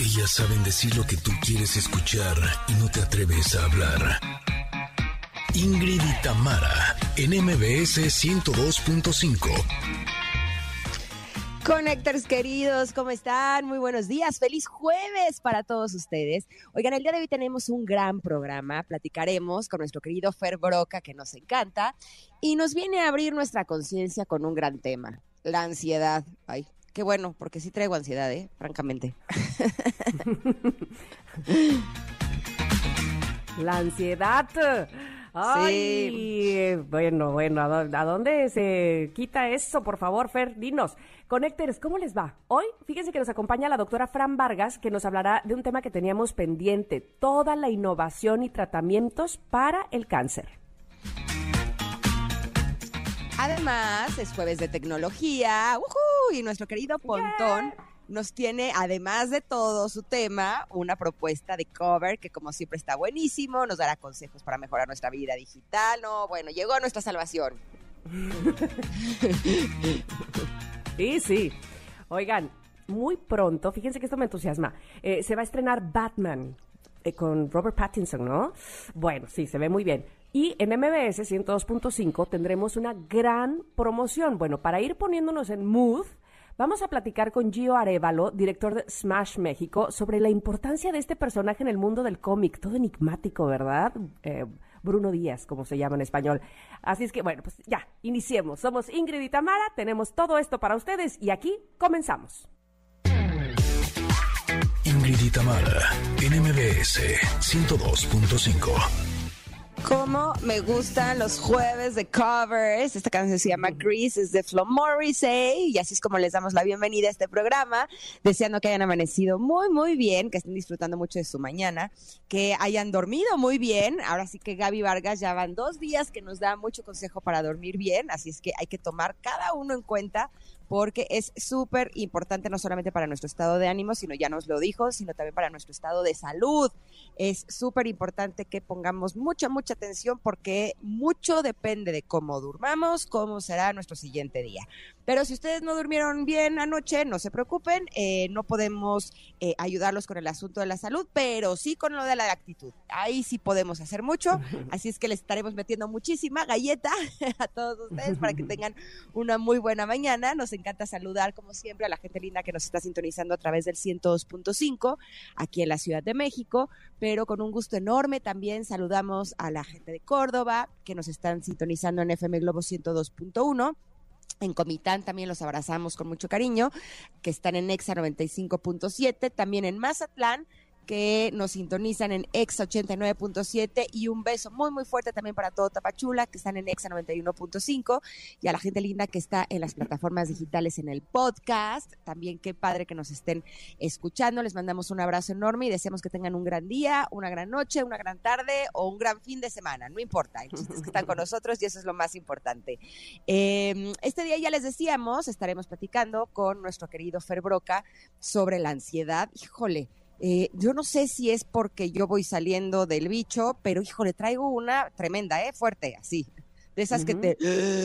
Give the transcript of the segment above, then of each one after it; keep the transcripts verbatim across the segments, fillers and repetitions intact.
Ellas saben decir lo que tú quieres escuchar y no te atreves a hablar. Ingrid y Tamara, en M B S ciento dos punto cinco. Connectors queridos, ¿cómo están? Muy buenos días, feliz jueves para todos ustedes. Oigan, el día de hoy tenemos un gran programa, platicaremos con nuestro querido Fer Broca, que nos encanta, y nos viene a abrir nuestra conciencia con un gran tema, la ansiedad. Ay, qué bueno, porque sí traigo ansiedad, ¿eh? Francamente. La ansiedad. Ay, sí. Bueno, bueno, ¿a dónde se quita eso? Por favor, Fer, dinos. Connectors, ¿cómo les va? Hoy, fíjense que nos acompaña la doctora Fran Vargas, que nos hablará de un tema que teníamos pendiente, toda la innovación y tratamientos para el cáncer. Además, es jueves de tecnología, ¡uhú! Y nuestro querido Pontón yeah. nos tiene, además de todo su tema, una propuesta de cover que como siempre está buenísimo, nos dará consejos para mejorar nuestra vida digital. No, bueno, llegó a nuestra salvación. Sí, sí. Oigan, muy pronto, fíjense que esto me entusiasma, eh, se va a estrenar Batman eh, con Robert Pattinson, ¿no? Bueno, sí, se ve muy bien. Y en M B S ciento dos punto cinco tendremos una gran promoción. Bueno, para ir poniéndonos en mood, vamos a platicar con Gio Arévalo, director de Smash México, sobre la importancia de este personaje en el mundo del cómic. Todo enigmático, ¿verdad? Eh, Bruno Díaz, como se llama en español. Así es que, bueno, pues ya, iniciemos. Somos Ingrid y Tamara, tenemos todo esto para ustedes y aquí comenzamos. Ingrid y Tamara, en M B S ciento dos punto cinco. Cómo me gustan los jueves de covers. Esta canción se llama Grease, es de Flo Morrissey, y así es como les damos la bienvenida a este programa, deseando que hayan amanecido muy, muy bien, que estén disfrutando mucho de su mañana, que hayan dormido muy bien. Ahora sí que Gaby Vargas ya van dos días que nos da mucho consejo para dormir bien, así es que hay que tomar cada uno en cuenta, porque es súper importante no solamente para nuestro estado de ánimo, sino ya nos lo dijo, sino también para nuestro estado de salud. Es súper importante que pongamos mucha, mucha atención porque mucho depende de cómo durmamos, cómo será nuestro siguiente día. Pero si ustedes no durmieron bien anoche, no se preocupen, eh, no podemos eh, ayudarlos con el asunto de la salud, pero sí con lo de la actitud. Ahí sí podemos hacer mucho, así es que les estaremos metiendo muchísima galleta a todos ustedes para que tengan una muy buena mañana. Nos encanta saludar, como siempre, a la gente linda que nos está sintonizando a través del ciento dos punto cinco aquí en la Ciudad de México, pero con un gusto enorme también saludamos a la gente de Córdoba que nos están sintonizando en F M Globo ciento dos punto uno. En Comitán también los abrazamos con mucho cariño, que están en Exa noventa y cinco punto siete, también en Mazatlán, que nos sintonizan en Exa ochenta y nueve punto siete, y un beso muy muy fuerte también para todo Tapachula, que están en Exa noventa y uno punto cinco, y a la gente linda que está en las plataformas digitales en el podcast, también qué padre que nos estén escuchando. Les mandamos un abrazo enorme y deseamos que tengan un gran día, una gran noche, una gran tarde o un gran fin de semana, no importa, el chiste es que están con nosotros y eso es lo más importante. Eh, este día ya les decíamos, estaremos platicando con nuestro querido Fer Broca sobre la ansiedad. Híjole, Eh, yo no sé si es porque yo voy saliendo del bicho, pero híjole, traigo una tremenda, ¿eh? Fuerte, así. De esas uh-huh. que te...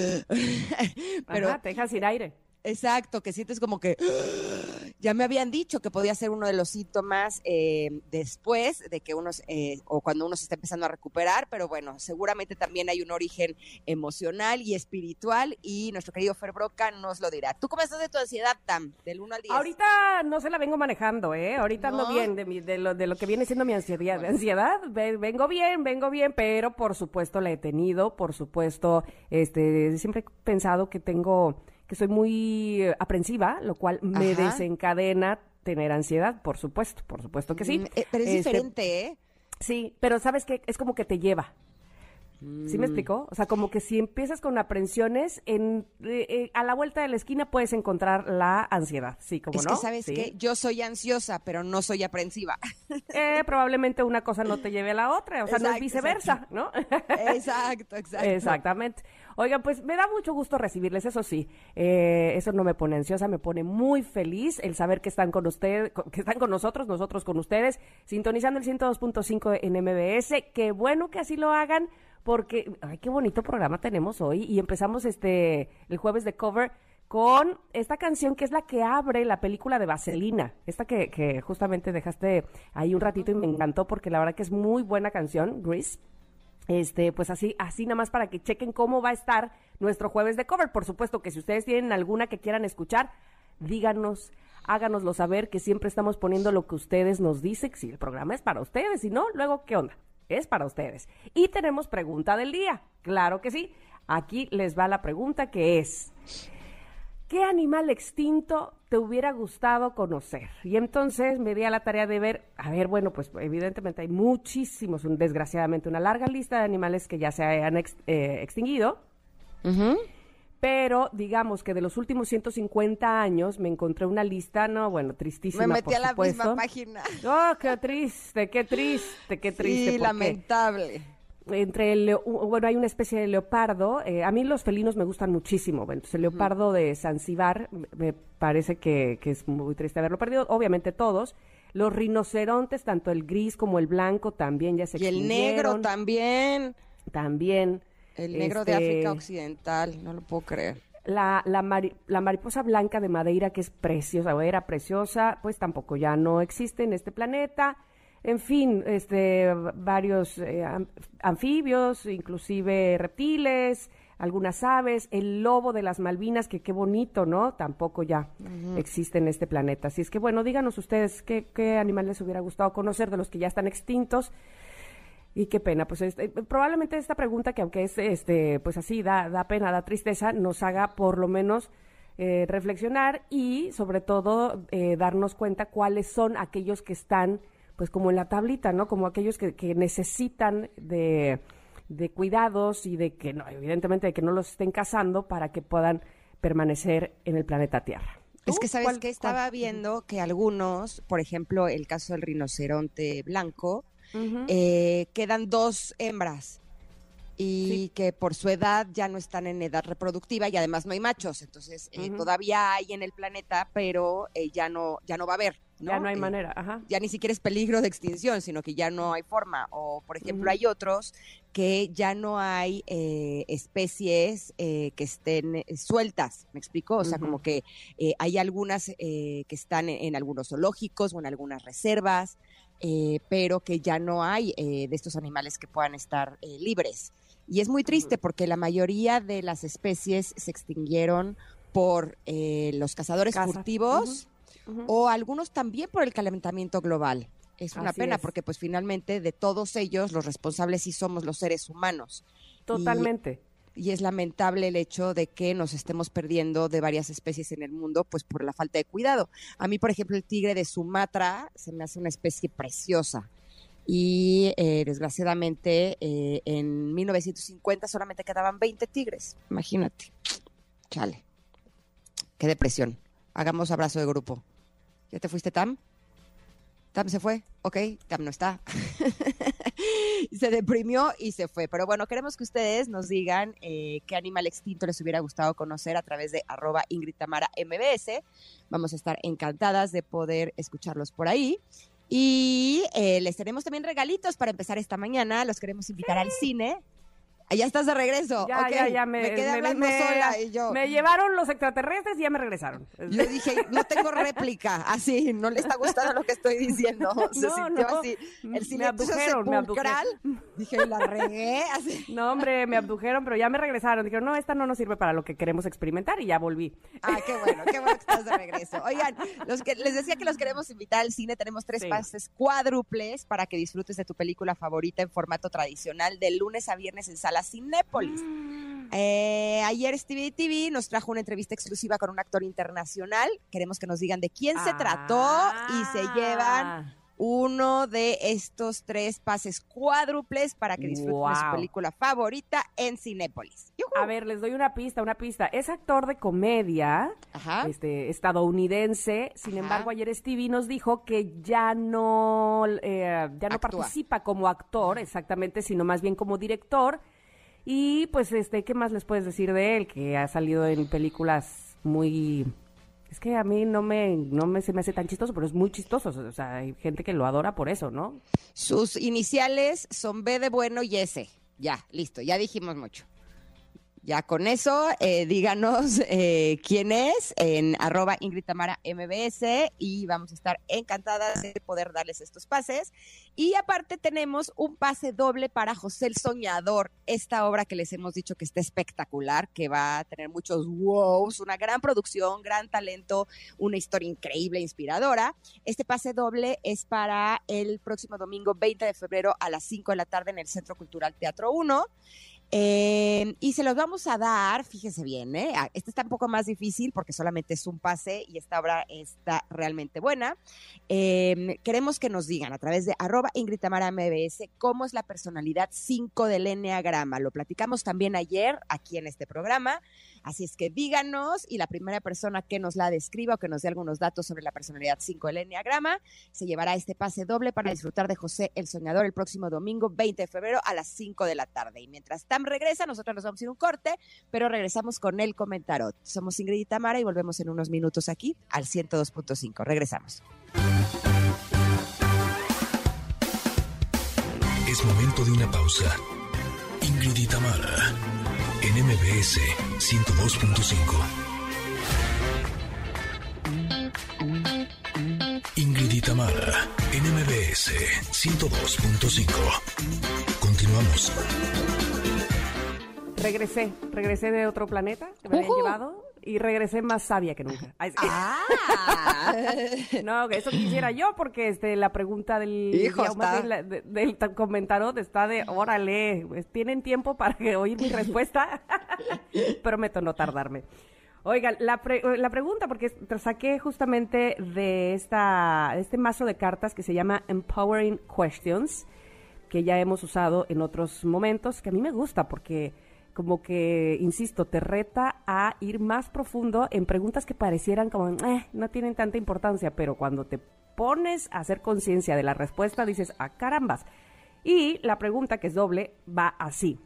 pero Ajá, te dejas sin aire. Exacto, que sientes como que ya me habían dicho que podía ser uno de los síntomas eh, después de que uno, eh, o cuando uno se está empezando a recuperar, pero bueno, seguramente también hay un origen emocional y espiritual y nuestro querido Fer Broca nos lo dirá. ¿Tú cómo estás de tu ansiedad, Tam? Del uno al diez. Ahorita no se la vengo manejando, ¿eh? Ahorita ¿No? ando bien de, mi, de, lo, de lo que viene siendo mi ansiedad. Bueno. ansiedad. Vengo bien, vengo bien, pero por supuesto la he tenido, por supuesto, este, siempre he pensado que tengo... que soy muy aprensiva, lo cual me Ajá. desencadena tener ansiedad, por supuesto, por supuesto que sí. Mm, eh, pero es este, diferente, ¿eh? Sí, pero ¿sabes qué? Es como que te lleva. ¿Sí me explicó? O sea, como que si empiezas con aprensiones, en, eh, eh, a la vuelta de la esquina puedes encontrar la ansiedad, ¿sí? ¿Cómo es no? Es que, ¿sabes ¿Sí? qué? Yo soy ansiosa, pero no soy aprensiva. Eh, probablemente una cosa no te lleve a la otra, o sea, exacto, no es viceversa, exacto. ¿no? Exacto, exacto. Exactamente. Oigan, pues me da mucho gusto recibirles, eso sí, eh, eso no me pone ansiosa, me pone muy feliz el saber que están con ustedes, que están con nosotros, nosotros con ustedes, sintonizando el ciento dos punto cinco en M B S, qué bueno que así lo hagan, porque, ay, qué bonito programa tenemos hoy, y empezamos este, el jueves de cover con esta canción que es la que abre la película de Vaselina, esta que, que justamente dejaste ahí un ratito y me encantó porque la verdad que es muy buena canción, Grease. Este, pues así, así nada más para que chequen cómo va a estar nuestro jueves de cover. Por supuesto que si ustedes tienen alguna que quieran escuchar, díganos, háganoslo saber, que siempre estamos poniendo lo que ustedes nos dicen, si el programa es para ustedes, si no, luego, ¿qué onda? Es para ustedes. Y tenemos pregunta del día, claro que sí. Aquí les va la pregunta que es: ¿qué animal extinto te hubiera gustado conocer? Y entonces me di a la tarea de ver, a ver, bueno, pues evidentemente hay muchísimos, un, desgraciadamente, una larga lista de animales que ya se han ex, eh, extinguido. Uh-huh. Pero digamos que de los últimos ciento cincuenta años me encontré una lista, no, bueno, tristísima, me metí por a la supuesto. misma página. Oh, qué triste, qué triste, qué triste. Sí, lamentable. Entre el, leo- bueno, hay una especie de leopardo. Eh, a mí los felinos me gustan muchísimo. Bueno, entonces el leopardo de Zanzíbar me- me parece que, que es muy triste haberlo perdido. Obviamente todos. Los rinocerontes, tanto el gris como el blanco, también ya se Y el extinguieron. negro también. También. El negro de Este, África Occidental, no lo puedo creer. La, la, mari- la mariposa blanca de Madeira, que es preciosa, o era preciosa, pues tampoco ya no existe en este planeta. En fin, este, varios eh, am- anfibios, inclusive reptiles, algunas aves, el lobo de las Malvinas, que qué bonito, ¿no? Tampoco ya uh-huh. existe en este planeta. Así es que, bueno, díganos ustedes qué, qué animales les hubiera gustado conocer de los que ya están extintos. Y qué pena, pues este, probablemente esta pregunta, que aunque es este, pues así, da, da pena, da tristeza, nos haga por lo menos eh, reflexionar y sobre todo eh, darnos cuenta cuáles son aquellos que están pues como en la tablita, ¿no? Como aquellos que, que necesitan de, de cuidados y de que, no, evidentemente, de que no los estén cazando para que puedan permanecer en el planeta Tierra. Es que, ¿sabes ¿Cuál, qué? Estaba cuál? viendo que algunos, por ejemplo, el caso del rinoceronte blanco, Uh-huh. eh, quedan dos hembras y Sí. que por su edad ya no están en edad reproductiva y además no hay machos, entonces eh, Uh-huh. todavía hay en el planeta, pero eh, ya no ya no va a haber, ¿no? Ya no hay Eh, manera, ajá. Ya ni siquiera es peligro de extinción, sino que ya no hay forma. O, por ejemplo, Uh-huh. hay otros que ya no hay eh, especies eh, que estén eh, sueltas, ¿me explico? O sea, Uh-huh. como que eh, hay algunas eh, que están en, en algunos zoológicos o en algunas reservas, eh, pero que ya no hay eh, de estos animales que puedan estar eh, libres. Y es muy triste porque la mayoría de las especies se extinguieron por eh, los cazadores Caza. furtivos. Uh-huh. Uh-huh. O algunos también por el calentamiento global. Es una Así pena es. porque pues finalmente de todos ellos los responsables sí somos los seres humanos. Totalmente. Y, y es lamentable el hecho de que nos estemos perdiendo de varias especies en el mundo pues por la falta de cuidado. A mí, por ejemplo, el tigre de Sumatra se me hace una especie preciosa. Y eh, desgraciadamente eh, en mil novecientos cincuenta solamente quedaban veinte tigres. Imagínate. Chale. Qué depresión. Hagamos abrazo de grupo. ¿Ya te fuiste, Tam? Tam se fue. Ok, Tam no está. Se deprimió y se fue. Pero bueno, queremos que ustedes nos digan eh, qué animal extinto les hubiera gustado conocer a través de arroba Ingrid Tamara M B S. Vamos a estar encantadas de poder escucharlos por ahí. Y eh, les tenemos también regalitos para empezar esta mañana. Los queremos invitar al cine. Ah, ya estás de regreso. Ya, Ok, ya, ya me, me quedé me- hablando me- sola y yo. Me llevaron los extraterrestres y ya me regresaron. Yo dije, no tengo réplica, así, no le está gustando lo que estoy diciendo. Se No, sintió no, así, me el silencio abdujeron, me sepulcral. Dije, la regué, así. No, hombre, me abdujeron, pero ya me regresaron. Dijeron, no, esta no nos sirve para lo que queremos experimentar y ya volví. Ah, qué bueno, qué bueno que estás de regreso. Oigan, los que les decía que los queremos invitar al cine, tenemos tres Sí. pases cuádruples para que disfrutes de tu película favorita en formato tradicional de lunes a viernes en Sala Cinépolis. Eh, ayer Stevie T V nos trajo una entrevista exclusiva con un actor internacional. Queremos que nos digan de quién se trató y se llevan uno de estos tres pases cuádruples para que disfruten de su Wow. película favorita en Cinépolis. ¡Yujú! A ver, les doy una pista, una pista. Es actor de comedia, Ajá. este, estadounidense. Sin Ajá. embargo, ayer Stevie nos dijo que ya no, eh, ya no Actúa. participa como actor, exactamente, sino más bien como director. Y pues, este, ¿qué más les puedes decir de él? Que ha salido en películas muy... Es que a mí no me, no me se me hace tan chistoso, pero es muy chistoso. O sea, hay gente que lo adora por eso, ¿no? Sus iniciales son B de bueno y S. Ya, listo, ya dijimos mucho. Ya con eso, eh, díganos eh, quién es en arroba Ingrid Tamara M B S y vamos a estar encantadas de poder darles estos pases. Y aparte tenemos un pase doble para José el Soñador, esta obra que les hemos dicho que está espectacular, que va a tener muchos wows, una gran producción, gran talento, una historia increíble, inspiradora. Este pase doble es para el próximo domingo veinte de febrero a las cinco de la tarde en el Centro Cultural Teatro uno. Eh, y se los vamos a dar, fíjense bien, ¿eh? Este está un poco más difícil porque solamente es un pase y esta obra está realmente buena. Eh, queremos que nos digan a través de arroba Ingrid Tamara M B S cómo es la personalidad cinco del Enneagrama. Lo platicamos también ayer aquí en este programa, así es que díganos y la primera persona que nos la describa o que nos dé algunos datos sobre la personalidad cinco del Enneagrama se llevará este pase doble para disfrutar de José el Soñador el próximo domingo veinte de febrero a las cinco de la tarde. Y mientras tanto regresa, nosotros nos vamos a ir un corte, pero regresamos con el Comentarot. Somos Ingrid y Tamara y volvemos en unos minutos aquí al ciento dos punto cinco. Regresamos. Es momento de una pausa. Ingrid y Tamara en M B S ciento dos punto cinco. Ingrid y Tamara en M B S ciento dos punto cinco. Continuamos. Regresé, regresé de otro planeta que me uh-huh. habían llevado y regresé más sabia que nunca. Ah. No, eso quisiera yo porque este, la pregunta del, Hijo, día, más bien la, de, del Comentarot está de, órale, pues, ¿tienen tiempo para que oír mi respuesta? Prometo no tardarme. Oigan, la, pre, la pregunta, porque saqué justamente de, esta, de este mazo de cartas que se llama Empowering Questions, que ya hemos usado en otros momentos, que a mí me gusta porque como que, insisto, te reta a ir más profundo en preguntas que parecieran como, eh, no tienen tanta importancia, pero cuando te pones a hacer conciencia de la respuesta, dices, ah, carambas. Y la pregunta, que es doble, va así.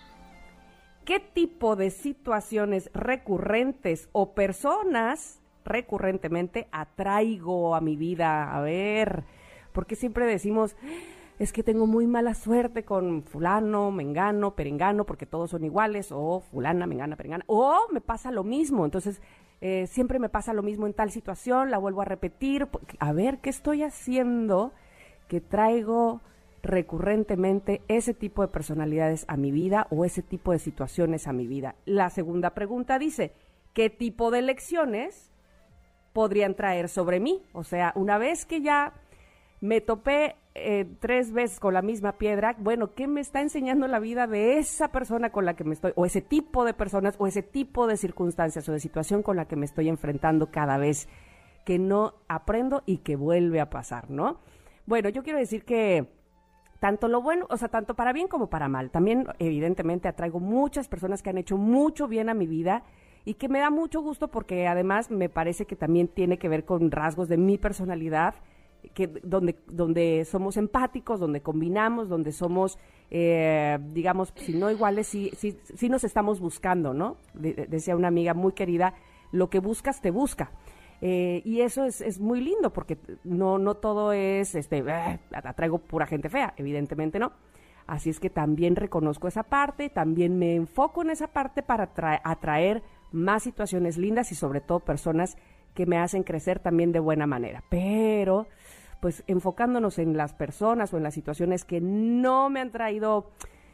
¿Qué tipo de situaciones recurrentes o personas recurrentemente atraigo a mi vida? A ver, porque siempre decimos, es que tengo muy mala suerte con fulano, mengano, perengano, porque todos son iguales, o fulana, mengana, perengana, o me pasa lo mismo, entonces eh, siempre me pasa lo mismo en tal situación, la vuelvo a repetir, a ver, ¿qué estoy haciendo que traigo recurrentemente ese tipo de personalidades a mi vida o ese tipo de situaciones a mi vida? La segunda pregunta dice, ¿qué tipo de lecciones podrían traer sobre mí? O sea, una vez que ya me topé eh, tres veces con la misma piedra, bueno, ¿qué me está enseñando la vida de esa persona con la que me estoy, o ese tipo de personas, o ese tipo de circunstancias o de situación con la que me estoy enfrentando cada vez que no aprendo y que vuelve a pasar, ¿no? Bueno, yo quiero decir que tanto lo bueno, o sea, tanto para bien como para mal. También, evidentemente, atraigo muchas personas que han hecho mucho bien a mi vida y que me da mucho gusto porque además me parece que también tiene que ver con rasgos de mi personalidad, que donde, donde somos empáticos, donde combinamos, donde somos, eh, digamos, si no iguales, sí, sí, sí nos estamos buscando, ¿no? De, de, decía una amiga muy querida, lo que buscas te busca. Eh, y eso es, es muy lindo porque no, no todo es, este, eh, atraigo pura gente fea, evidentemente no. Así es que también reconozco esa parte, también me enfoco en esa parte para atraer, atraer más situaciones lindas y sobre todo personas que me hacen crecer también de buena manera. Pero, pues, enfocándonos en las personas o en las situaciones que no me han traído,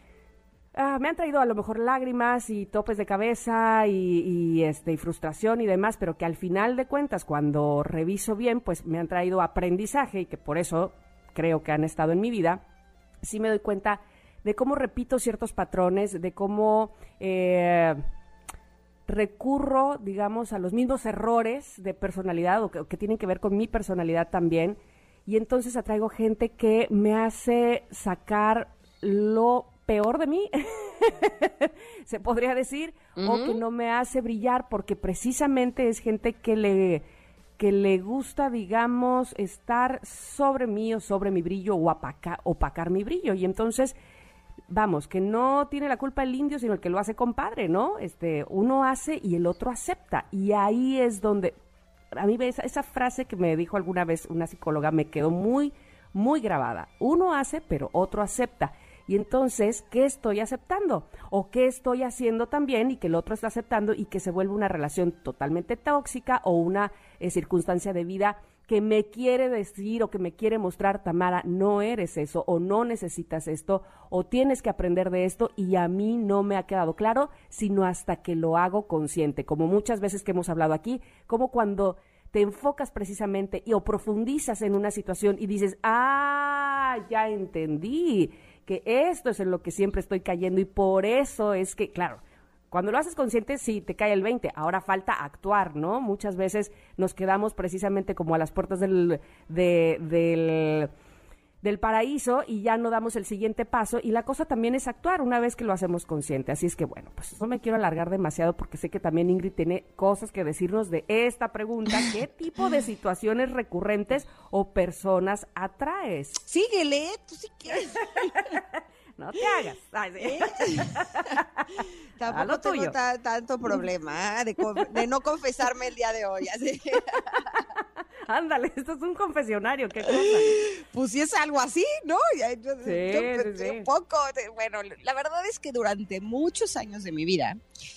ah, me han traído a lo mejor lágrimas y topes de cabeza y, y, este, y frustración y demás, pero que al final de cuentas, cuando reviso bien, pues me han traído aprendizaje y que por eso creo que han estado en mi vida, sí me doy cuenta de cómo repito ciertos patrones, de cómo Eh, recurro, digamos, a los mismos errores de personalidad o que, o que tienen que ver con mi personalidad también, y entonces atraigo gente que me hace sacar lo peor de mí, se podría decir, uh-huh. o que no me hace brillar, porque precisamente es gente que le, que le gusta, digamos, estar sobre mí o sobre mi brillo o apaca, opacar mi brillo, y entonces vamos, que no tiene la culpa el indio, sino el que lo hace compadre, ¿no? Este, uno hace y el otro acepta. Y ahí es donde, a mí esa, esa frase que me dijo alguna vez una psicóloga me quedó muy, muy grabada. Uno hace, pero otro acepta. Y entonces, ¿qué estoy aceptando? ¿O qué estoy haciendo también y que el otro está aceptando y que se vuelve una relación totalmente tóxica o una eh, circunstancia de vida que me quiere decir o que me quiere mostrar, Tamara, no eres eso, o no necesitas esto, o tienes que aprender de esto, y a mí no me ha quedado claro, sino hasta que lo hago consciente, como muchas veces que hemos hablado aquí, como cuando te enfocas precisamente y o profundizas en una situación y dices, ah, ya entendí, que esto es en lo que siempre estoy cayendo, y por eso es que, claro, cuando lo haces consciente, sí, te cae el veinte. Ahora falta actuar, ¿no? Muchas veces nos quedamos precisamente como a las puertas del, de, del, del paraíso y ya no damos el siguiente paso. Y la cosa también es actuar una vez que lo hacemos consciente. Así es que, bueno, pues no me quiero alargar demasiado porque sé que también Ingrid tiene cosas que decirnos de esta pregunta. ¿Qué tipo de situaciones recurrentes o personas atraes? Síguele, tú sí quieres. No te hagas. Ay, sí. ¿Eh? Tampoco tengo ta- tanto problema ¿eh? de, co- de no confesarme el día de hoy. Así. Ándale, esto es un confesionario, qué cosa. Pues si es algo así, ¿no? Yo, yo, Sí, yo sí, pensé sí. un poco. de- bueno, la verdad es que durante muchos años de mi vida,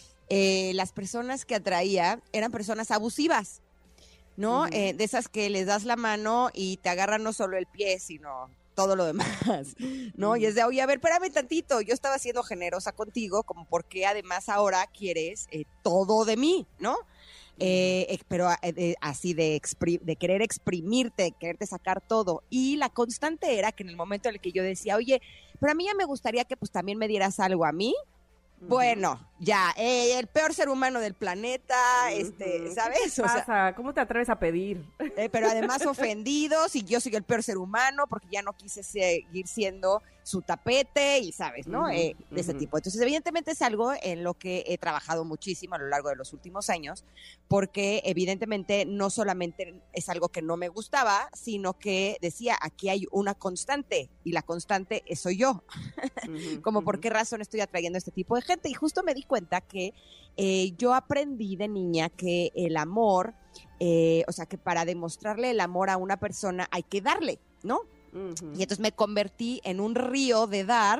eh, las personas que atraía eran personas abusivas, ¿no? Ujú. Eh, de esas que les das la mano y te agarran no solo el pie, sino todo lo demás, ¿no? Y es de, oye, a ver, espérame tantito, yo estaba siendo generosa contigo, como porque además ahora quieres eh, todo de mí, ¿no? Eh, eh, pero eh, de- así de, expri- de querer exprimirte, de quererte sacar todo. Y la constante era que en el momento en el que yo decía, oye, pero a mí ya me gustaría que pues también me dieras algo a mí. Bueno, ya, eh, el peor ser humano del planeta, este, Ujú. ¿sabes? ¿Qué te O sea, pasa? ¿Cómo te atreves a pedir? eh, pero además ofendidos y yo soy el peor ser humano porque ya no quise seguir siendo su tapete y sabes, ¿no? Ujú, Eh, de ese ujú. tipo. Entonces, evidentemente es algo en lo que he trabajado muchísimo a lo largo de los últimos años porque evidentemente no solamente es algo que no me gustaba, sino que decía, aquí hay una constante y la constante es soy yo. Ujú, Como por ujú. qué razón estoy atrayendo a este tipo de gente. Y justo me di cuenta que eh, yo aprendí de niña que el amor, eh, o sea, que para demostrarle el amor a una persona hay que darle, ¿no? Ujú. Y entonces me convertí en un río de dar.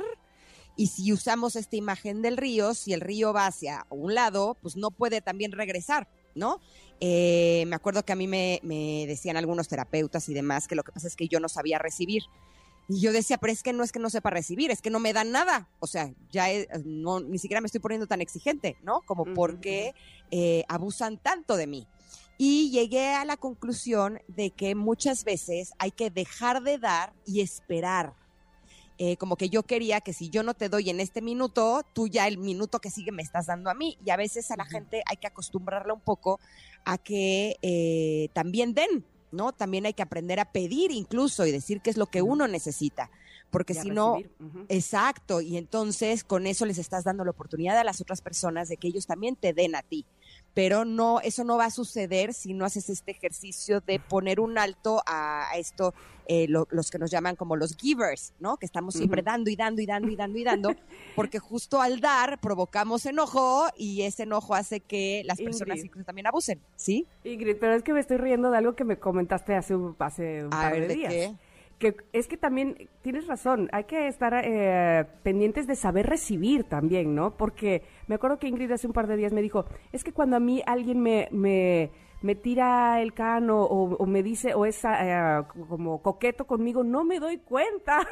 Y si usamos esta imagen del río, si el río va hacia un lado, pues no puede también regresar, ¿no? Eh, me acuerdo que a mí me, me decían algunos terapeutas y demás que lo que pasa es que yo no sabía recibir. Y yo decía, pero es que no es que no sepa recibir, es que no me dan nada. O sea, ya es- no, ni siquiera me estoy poniendo tan exigente, ¿no? Como Ujú, por qué eh, abusan tanto de mí. Y llegué a la conclusión de que muchas veces hay que dejar de dar y esperar. Eh, como que yo quería que si yo no te doy en este minuto, tú ya el minuto que sigue me estás dando a mí. Y a veces a la Ujú. gente hay que acostumbrarla un poco a que eh, también den, ¿no? También hay que aprender a pedir incluso y decir qué es lo que Ujú. uno necesita. Porque Y a si no, recibir. Ujú. exacto, y entonces con eso les estás dando la oportunidad a las otras personas de que ellos también te den a ti. Pero no, eso no va a suceder si no haces este ejercicio de poner un alto a, a esto, eh, lo- los que nos llaman como los givers, ¿no? Que estamos siempre Ujú. dando y dando y dando y dando y dando, porque justo al dar provocamos enojo y ese enojo hace que las personas Ingrid. incluso también abusen, ¿sí? Ingrid, pero es que me estoy riendo de algo que me comentaste hace un, hace un A par ver, de ¿de días. qué? Que es que también tienes razón, hay que estar eh, pendientes de saber recibir también, ¿no? Porque me acuerdo que Ingrid hace un par de días me dijo, es que cuando a mí alguien me, me, me tira el cano o, o me dice, o es eh, como coqueto conmigo, no me doy cuenta.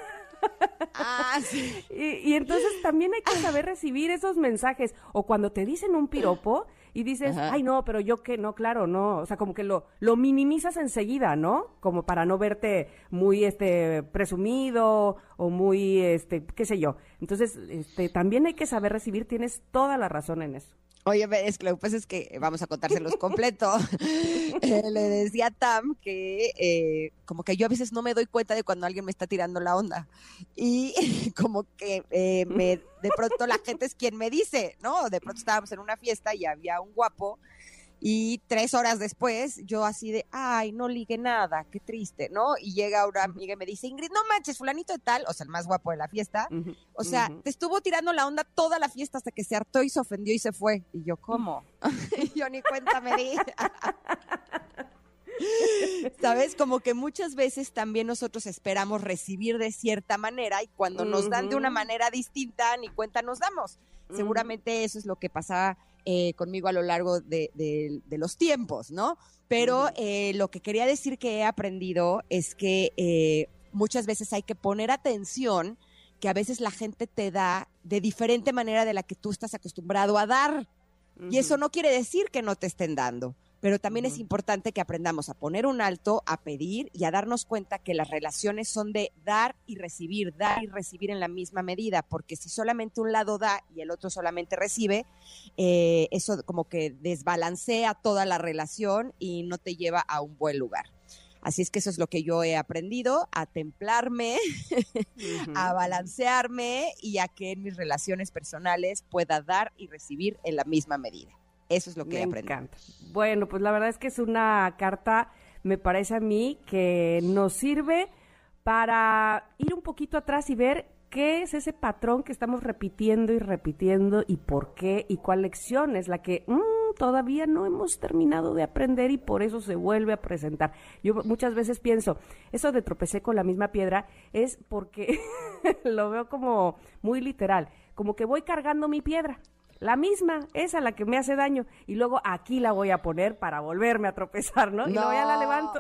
Ah, sí. Y, y entonces también hay que saber recibir esos mensajes. O cuando te dicen un piropo y dices, Ajá. ay, no, pero yo qué, no, claro, no. O sea, como que lo, lo minimizas enseguida, ¿no? Como para no verte muy, este, presumido o muy, este, qué sé yo. Entonces, este, también hay que saber recibir. Tienes toda la razón en eso. Oye, ve, es que lo que pasa es que vamos a contárselos completo. Eh, le decía a Tam que eh, como que yo a veces no me doy cuenta de cuando alguien me está tirando la onda. Y como que eh, me, de pronto la gente es quien me dice, ¿no? De pronto estábamos en una fiesta y había un guapo y tres horas después yo así de, ay, no ligue nada, qué triste, ¿no? Y llega una amiga y me dice, Ingrid, no manches, fulanito de tal, o sea, el más guapo de la fiesta, Ujú, o sea, ujú. te estuvo tirando la onda toda la fiesta hasta que se hartó y se ofendió y se fue. Y yo, ¿cómo? Y yo ni cuenta me di. ¿Sabes? Como que muchas veces también nosotros esperamos recibir de cierta manera y cuando nos dan de una manera distinta ni cuenta nos damos. Uh-huh. Seguramente eso es lo que pasaba eh, conmigo a lo largo de, de, de los tiempos, ¿no? Pero uh-huh. eh, lo que quería decir que he aprendido es que eh, muchas veces hay que poner atención que a veces la gente te da de diferente manera de la que tú estás acostumbrado a dar. Uh-huh. Y eso no quiere decir que no te estén dando. Pero también uh-huh. es importante que aprendamos a poner un alto, a pedir y a darnos cuenta que las relaciones son de dar y recibir, dar y recibir en la misma medida, porque si solamente un lado da y el otro solamente recibe, eh, eso como que desbalancea toda la relación y no te lleva a un buen lugar. Así es que eso es lo que yo he aprendido, a templarme, uh-huh. a balancearme y a que en mis relaciones personales pueda dar y recibir en la misma medida. Eso es lo que aprendí. Me encanta. Bueno, pues la verdad es que es una carta, me parece a mí, que nos sirve para ir un poquito atrás y ver qué es ese patrón que estamos repitiendo y repitiendo y por qué y cuál lección es la que mmm, todavía no hemos terminado de aprender y por eso se vuelve a presentar. Yo muchas veces pienso, eso de tropecé con la misma piedra es porque lo veo como muy literal, como que voy cargando mi piedra. La misma, esa la que me hace daño. Y luego aquí la voy a poner para volverme a tropezar, ¿no? Y no. luego ya la levanto.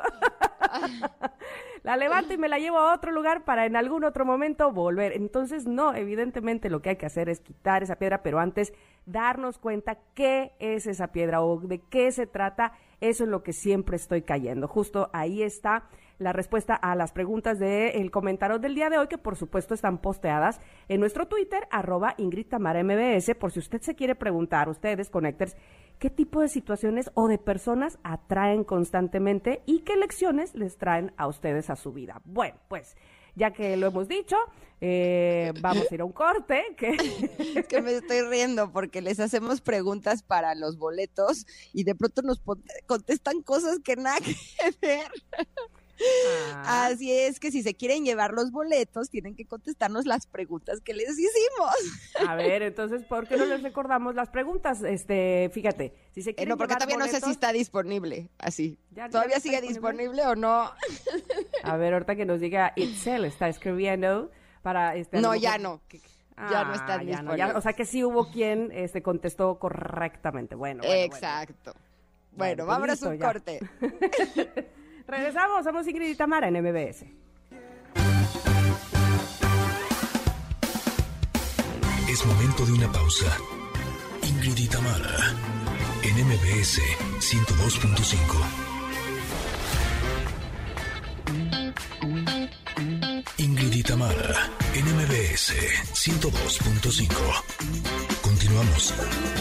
La levanto y me la llevo a otro lugar para en algún otro momento volver. Entonces, no, evidentemente lo que hay que hacer es quitar esa piedra, pero antes darnos cuenta qué es esa piedra o de qué se trata. Eso es lo que siempre estoy cayendo. Justo ahí está la respuesta a las preguntas del comentario del día de hoy, que por supuesto están posteadas en nuestro Twitter, arroba Ingrid Tamara M B S, por si usted se quiere preguntar, ustedes, Connectors, qué tipo de situaciones o de personas atraen constantemente y qué lecciones les traen a ustedes a su vida. Bueno, pues, ya que lo hemos dicho, eh, vamos a ir a un corte. Que... Es que me estoy riendo porque les hacemos preguntas para los boletos y de pronto nos contestan cosas que nada que ver. Ah. Así es que si se quieren llevar los boletos, tienen que contestarnos las preguntas que les hicimos. A ver, entonces, ¿por qué no les recordamos las preguntas? Este, fíjate, si se quieren eh, No, porque llevar todavía boletos, no sé si está disponible, así. ¿Ya, ¿Todavía ya sigue disponible? disponible o no? A ver, ahorita que nos diga Itzel, está escribiendo para... este. No, ya no. Que, ah, ya no están ya disponibles. No, ya, o sea que sí hubo quien este, contestó correctamente. Bueno, bueno Exacto. Bueno, bueno, bueno vámonos a un ya. corte. Regresamos, somos Ingrid y Tamara en M B S. Es momento de una pausa. Ingrid y Tamara en M B S ciento dos punto cinco. Ingrid y Tamara en M B S ciento dos punto cinco. Continuamos.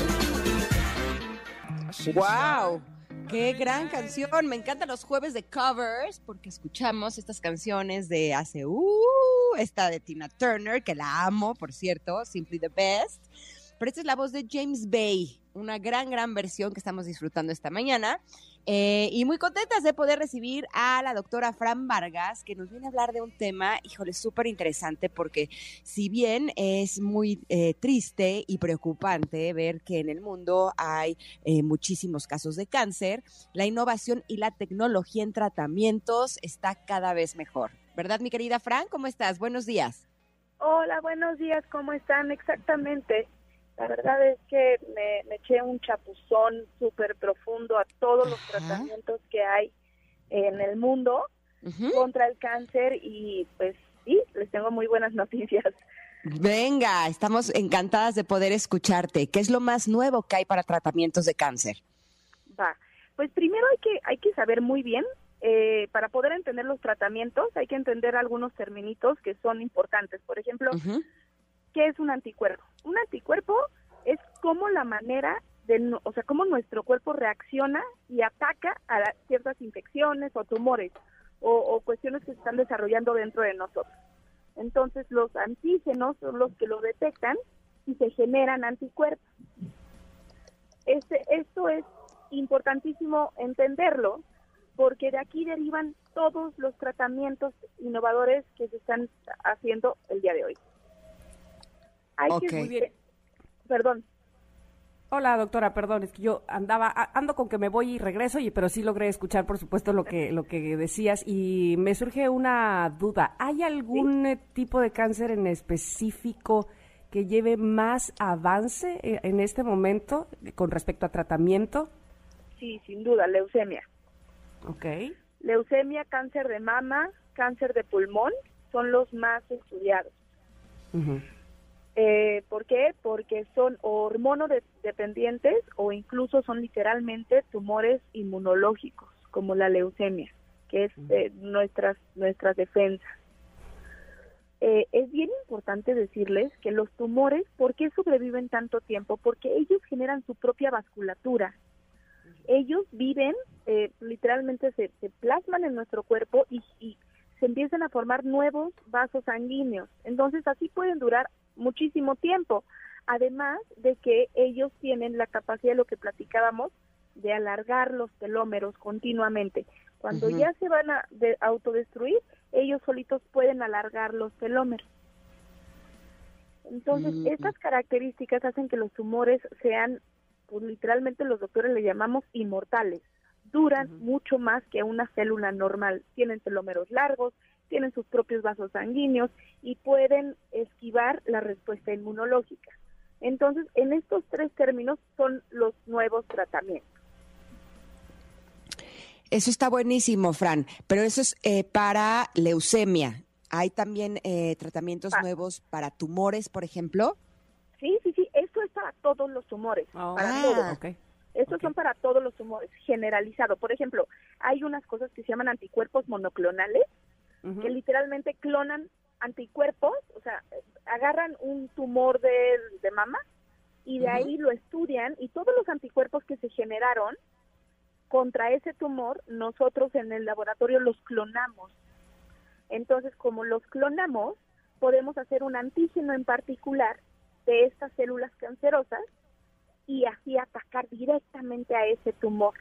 ¡Wow! ¡Qué gran canción! Me encantan los jueves de covers porque escuchamos estas canciones de hace... Uh, esta de Tina Turner, que la amo, por cierto, Simply the Best. Pero esta es la voz de James Bay, una gran, gran versión que estamos disfrutando esta mañana. Eh, y muy contentas de poder recibir a la doctora Fran Vargas, que nos viene a hablar de un tema, híjole, súper interesante, porque si bien es muy eh, triste y preocupante ver que en el mundo hay eh, muchísimos casos de cáncer, la innovación y la tecnología en tratamientos está cada vez mejor. ¿Verdad, mi querida Fran? ¿Cómo estás? Buenos días. Hola, buenos días, ¿cómo están? Exactamente. La verdad es que me, me eché un chapuzón súper profundo a todos los Ajá. tratamientos que hay en el mundo uh-huh. contra el cáncer y pues sí, les tengo muy buenas noticias. Venga, estamos encantadas de poder escucharte. ¿Qué es lo más nuevo que hay para tratamientos de cáncer? Va, pues primero hay que, hay que saber muy bien, eh, para poder entender los tratamientos hay que entender algunos terminitos que son importantes. Por ejemplo, uh-huh. ¿qué es un anticuerpo? Un anticuerpo es como la manera de, o sea, cómo nuestro cuerpo reacciona y ataca a la, ciertas infecciones o tumores o, o cuestiones que se están desarrollando dentro de nosotros. Entonces, los antígenos son los que lo detectan y se generan anticuerpos. Este, esto es importantísimo entenderlo porque de aquí derivan todos los tratamientos innovadores que se están haciendo el día de hoy. Hay okay. que, muy bien. Perdón. Hola, doctora, perdón, es que yo andaba, ando con que me voy y regreso, y, pero sí logré escuchar, por supuesto, lo que, lo que decías, y me surge una duda. ¿Hay algún ¿Sí? tipo de cáncer en específico que lleve más avance en este momento con respecto a tratamiento? Sí, sin duda, leucemia. Ok. Leucemia, cáncer de mama, cáncer de pulmón, son los más estudiados. Uh-huh. Eh, ¿Por qué? Porque son hormonodependientes o incluso son literalmente tumores inmunológicos, como la leucemia, que es eh, nuestras, nuestras defensas. Eh, es bien importante decirles que los tumores, ¿por qué sobreviven tanto tiempo? Porque ellos generan su propia vasculatura. Ellos viven, eh, literalmente se, se plasman en nuestro cuerpo y, y se empiezan a formar nuevos vasos sanguíneos. Entonces así pueden durar muchísimo tiempo, además de que ellos tienen la capacidad de lo que platicábamos, de alargar los telómeros continuamente. Cuando uh-huh. ya se van a de, autodestruir, ellos solitos pueden alargar los telómeros. Entonces, uh-huh. estas características hacen que los tumores sean, pues literalmente los doctores le llamamos inmortales. Duran uh-huh. mucho más que una célula normal. Tienen telómeros largos, tienen sus propios vasos sanguíneos y pueden esquivar la respuesta inmunológica. Entonces, en estos tres términos son los nuevos tratamientos. Eso está buenísimo, Fran, pero eso es eh, para leucemia. ¿Hay también eh, tratamientos ah. nuevos para tumores, por ejemplo? Sí, sí, sí, esto es para todos los tumores, oh. para ah, todos. Okay. Estos okay. son para todos los tumores, generalizado. Por ejemplo, hay unas cosas que se llaman anticuerpos monoclonales, uh-huh. que literalmente clonan anticuerpos, o sea, agarran un tumor de, de mama y de uh-huh. ahí lo estudian y todos los anticuerpos que se generaron contra ese tumor, nosotros en el laboratorio los clonamos. Entonces, como los clonamos, podemos hacer un antígeno en particular de estas células cancerosas y así atacar directamente a ese tumor.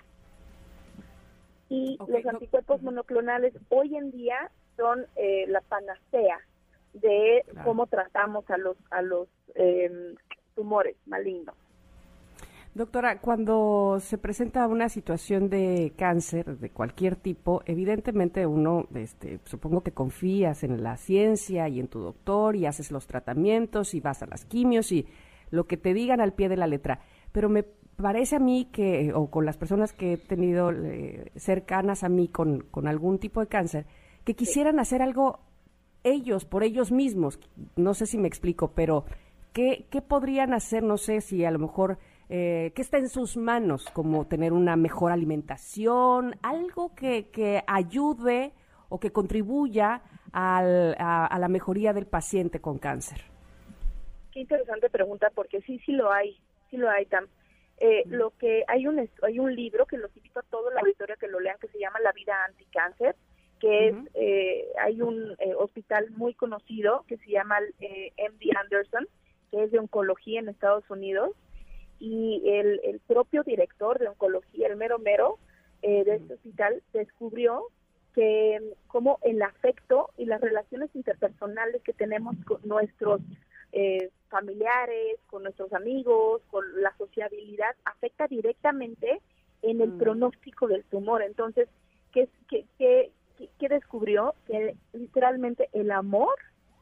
Y okay, los anticuerpos no. monoclonales hoy en día son eh, la panacea de claro. cómo tratamos a los a los eh, tumores malignos. Doctora, cuando se presenta una situación de cáncer de cualquier tipo, evidentemente uno, este, supongo que confías en la ciencia y en tu doctor y haces los tratamientos y vas a las quimios y lo que te digan al pie de la letra. Pero me parece a mí que, o con las personas que he tenido eh, cercanas a mí con, con algún tipo de cáncer, que quisieran hacer algo ellos, por ellos mismos. No sé si me explico, pero ¿qué, qué podrían hacer? No sé si a lo mejor... Eh, ¿qué está en sus manos? Como tener una mejor alimentación, algo que, que ayude o que contribuya al, a, a la mejoría del paciente con cáncer. Qué interesante pregunta, porque sí, sí lo hay, sí lo hay, Tam. Eh, mm. Lo que hay un hay un libro que los invito a toda la auditoría que lo lean, que se llama La vida anticáncer, que uh-huh. es, eh, hay un eh, hospital muy conocido que se llama eh, M D Anderson, que es de oncología en Estados Unidos, y el, el propio director de oncología, el mero mero eh, de este hospital, descubrió que como el afecto y las relaciones interpersonales que tenemos con nuestros eh, familiares, con nuestros amigos, con la sociabilidad, afecta directamente en el mm. pronóstico del tumor. Entonces, ¿qué, qué, qué, qué descubrió? Que literalmente el amor,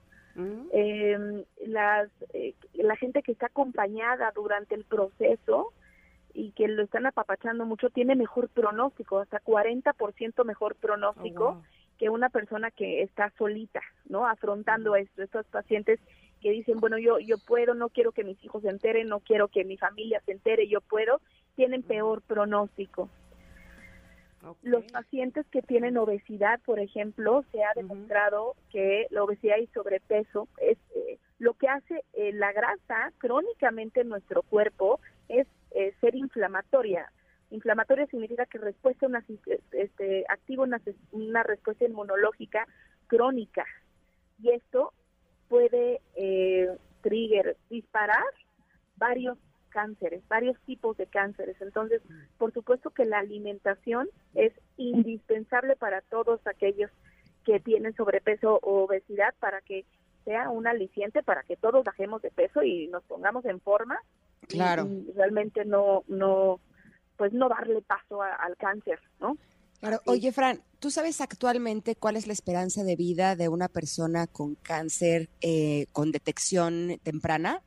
Eh, las, eh, la gente que está acompañada durante el proceso y que lo están apapachando mucho tiene mejor pronóstico, hasta cuarenta por ciento mejor pronóstico oh, wow. que una persona que está solita, ¿no? Afrontando uh-huh. esto, estos pacientes que dicen, bueno, yo yo puedo, no quiero que mis hijos se enteren, no quiero que mi familia se entere, yo puedo, tienen uh-huh. peor pronóstico. Okay. Los pacientes que tienen obesidad, por ejemplo, se ha demostrado uh-huh. que la obesidad y sobrepeso es eh, lo que hace eh, la grasa crónicamente en nuestro cuerpo es eh, ser inflamatoria. Inflamatoria significa que respuesta una, este, activa una, una respuesta inmunológica crónica y esto puede eh, trigger, disparar varios cánceres, varios tipos de cánceres. Entonces, por supuesto que la alimentación es indispensable para todos aquellos que tienen sobrepeso o obesidad para que sea un aliciente, para que todos bajemos de peso y nos pongamos en forma Claro. y, y realmente no, no, pues no darle paso a, al cáncer, ¿no? Claro. Sí. Oye, Fran, ¿tú sabes actualmente cuál es la esperanza de vida de una persona con cáncer eh, con detección temprana?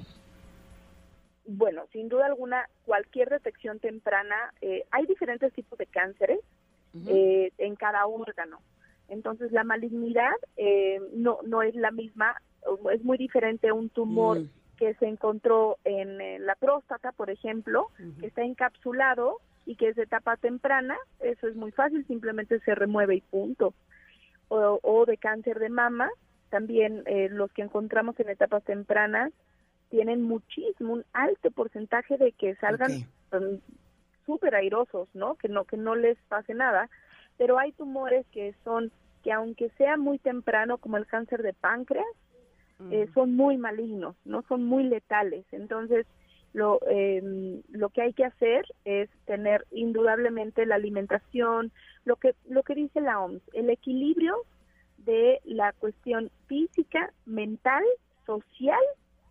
Bueno, sin duda alguna, cualquier detección temprana, eh, hay diferentes tipos de cánceres uh-huh. eh, en cada órgano. Entonces, la malignidad eh, no, no es la misma, es muy diferente un tumor mm. que se encontró en, en la próstata, por ejemplo, uh-huh. que está encapsulado y que es de etapa temprana, eso es muy fácil, simplemente se remueve y punto. O, o de cáncer de mama, también eh, los que encontramos en etapas tempranas tienen muchísimo, un alto porcentaje de que salgan okay. um, súper airosos, ¿no? Que no que no les pase nada, pero hay tumores que son, que aunque sea muy temprano, como el cáncer de páncreas, uh-huh. eh, son muy malignos, ¿no? Son muy letales. Entonces, lo eh, lo que hay que hacer es tener indudablemente la alimentación, lo que lo que dice la O M S, el equilibrio de la cuestión física, mental, social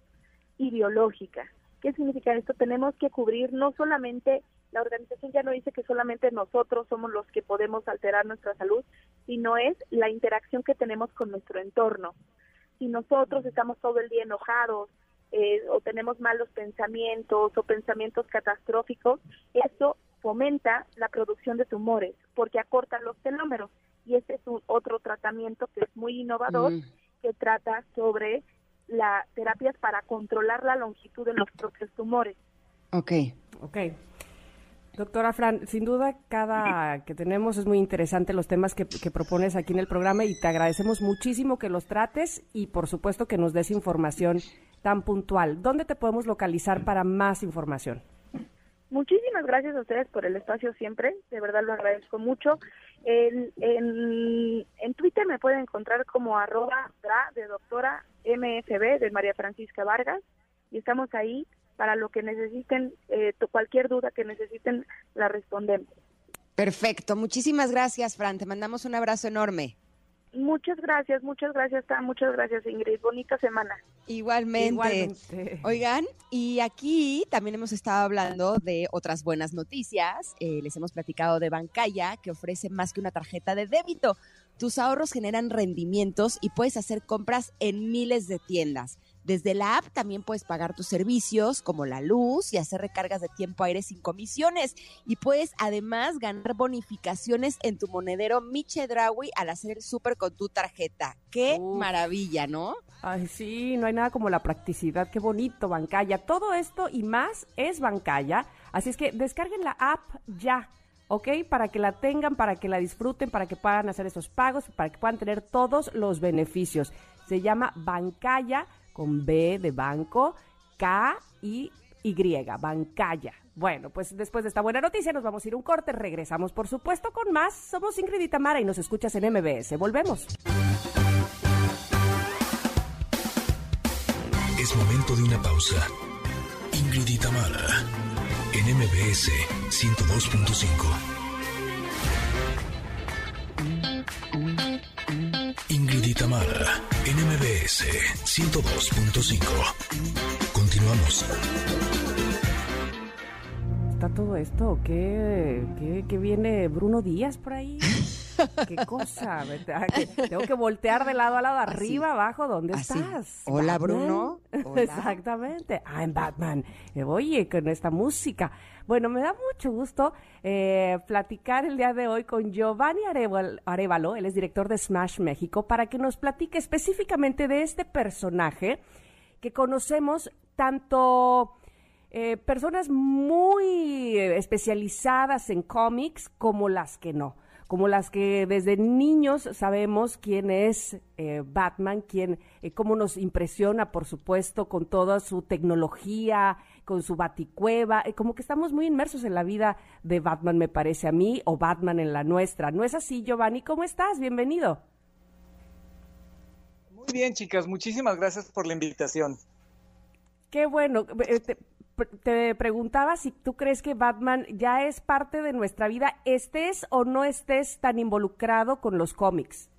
y biológica. ¿Qué significa esto? Tenemos que cubrir no solamente, la organización ya no dice que solamente nosotros somos los que podemos alterar nuestra salud, sino es la interacción que tenemos con nuestro entorno. Si nosotros estamos todo el día enojados, Eh, o tenemos malos pensamientos o pensamientos catastróficos, eso fomenta la producción de tumores porque acorta los telómeros, y este es un otro tratamiento que es muy innovador mm. que trata sobre las terapias para controlar la longitud de los propios tumores. Ok, ok. Doctora Fran, sin duda cada que tenemos es muy interesante los temas que, que propones aquí en el programa, y te agradecemos muchísimo que los trates y por supuesto que nos des información tan puntual. ¿Dónde te podemos localizar para más información? Muchísimas gracias a ustedes por el espacio siempre, de verdad lo agradezco mucho. En, en, en Twitter me pueden encontrar como arroba dra de doctora M F B de María Francisca Vargas, y estamos ahí para lo que necesiten, eh, cualquier duda que necesiten la respondemos. Perfecto, muchísimas gracias, Fran, te mandamos un abrazo enorme. Muchas gracias, muchas gracias, Tam, muchas gracias, Ingrid. Bonita semana. Igualmente. Igualmente. Oigan, y aquí también hemos estado hablando de otras buenas noticias. Eh, les hemos platicado de Bancaya, que ofrece más que una tarjeta de débito. Tus ahorros generan rendimientos y puedes hacer compras en miles de tiendas. Desde la app también puedes pagar tus servicios como la luz y hacer recargas de tiempo aire sin comisiones. Y puedes además ganar bonificaciones en tu monedero Mi Chedraui al hacer el súper con tu tarjeta. ¡Qué Uf. maravilla!, ¿no? Ay, sí, no hay nada como la practicidad. ¡Qué bonito, Bancaya! Todo esto y más es Bancaya. Así es que descarguen la app ya, ¿ok? Para que la tengan, para que la disfruten, para que puedan hacer esos pagos, para que puedan tener todos los beneficios. Se llama Bancaya, con B de banco, K y Y, Bancaya. Bueno, pues después de esta buena noticia nos vamos a ir a un corte, regresamos por supuesto con más. Somos Ingrid y Tamara y nos escuchas en M B S. Volvemos. Es momento de una pausa. Ingrid y Tamara en M B S ciento dos punto cinco. Ingrid y Tamara en M B S ciento dos punto cinco. Continuamos. ¿Está todo esto? ¿Qué, qué, qué viene Bruno Díaz por ahí? ¿Qué cosa? Tengo que voltear de lado a lado, arriba, así, abajo. ¿Dónde así. estás? Hola, Batman. Bruno. Hola. Exactamente. I'm Batman. Oye, con esta música. Bueno, me da mucho gusto eh, platicar el día de hoy con Giovanni Arévalo. Él es director de Smash México, para que nos platique específicamente de este personaje que conocemos tanto eh, personas muy especializadas en cómics como las que no. Como las que desde niños sabemos quién es eh, Batman, quién, eh, cómo nos impresiona, por supuesto, con toda su tecnología, con su baticueva, eh, como que estamos muy inmersos en la vida de Batman, me parece a mí, o Batman en la nuestra. ¿No es así, Giovanni? ¿Cómo estás? Bienvenido. Muy bien, chicas, muchísimas gracias por la invitación. Qué bueno. Eh, te, Te preguntaba si tú crees que Batman ya es parte de nuestra vida, estés o no estés tan involucrado con los cómics.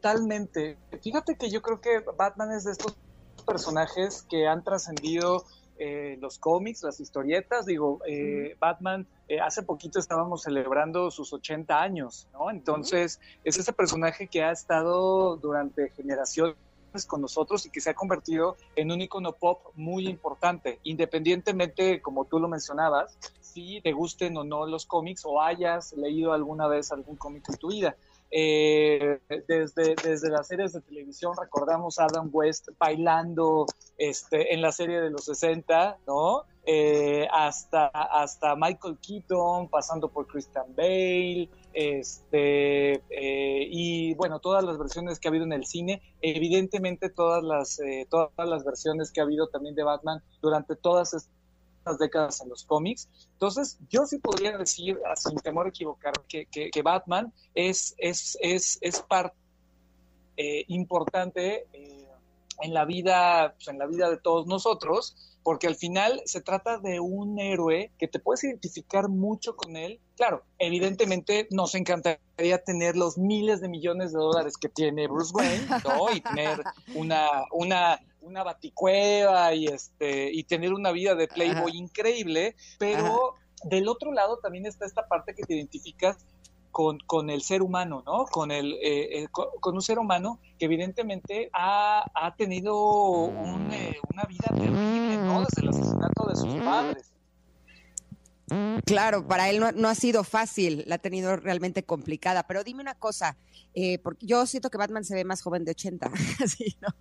Totalmente. Fíjate que yo creo que Batman es de estos personajes que han trascendido eh, los cómics, las historietas. Digo, eh, uh-huh. Batman, eh, hace poquito estábamos celebrando sus ochenta años, ¿no? Entonces, uh-huh. es ese personaje que ha estado durante generaciones con nosotros y que se ha convertido en un icono pop muy importante, independientemente, como tú lo mencionabas, si te gusten o no los cómics o hayas leído alguna vez algún cómic en tu vida. Eh, desde, desde las series de televisión recordamos a Adam West bailando este, en la serie de los sesenta, ¿no? Eh, hasta, hasta Michael Keaton, pasando por Christian Bale, este, eh, y bueno, todas las versiones que ha habido en el cine, evidentemente todas las, eh, todas las versiones que ha habido también de Batman durante todas estas décadas en los cómics. Entonces, yo sí podría decir, sin temor a equivocar, que, que, que Batman es, es, es, es parte eh, importante eh, en la vida, pues, en la vida de todos nosotros, porque al final se trata de un héroe que te puedes identificar mucho con él. Claro, evidentemente nos encantaría tener los miles de millones de dólares que tiene Bruce Wayne, ¿no? Y tener una, una, una baticueva y, este, y tener una vida de playboy Ajá. increíble, pero Ajá. del otro lado también está esta parte que te identificas Con, con el ser humano, ¿no? Con, el, eh, eh, con, con un ser humano que evidentemente ha, ha tenido un, eh, una vida terrible, ¿no? Desde el asesinato de sus padres. Claro, para él no, no ha sido fácil, la ha tenido realmente complicada. Pero dime una cosa, eh, porque yo siento que Batman se ve más joven de ochenta. Sí, ¿no?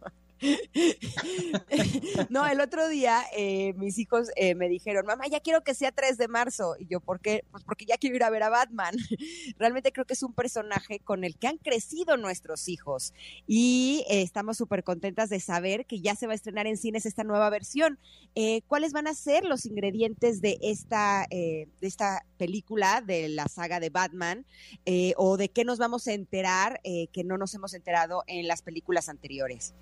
No, el otro día eh, mis hijos eh, me dijeron, mamá, ya quiero que sea tres de marzo. Y yo, ¿por qué? Pues porque ya quiero ir a ver a Batman. Realmente creo que es un personaje con el que han crecido nuestros hijos. Y eh, estamos súper contentas de saber que ya se va a estrenar en cines esta nueva versión. Eh, ¿Cuáles van a ser los ingredientes de esta, eh, de esta película, de la saga de Batman? Eh, ¿O de qué nos vamos a enterar eh, que no nos hemos enterado en las películas anteriores?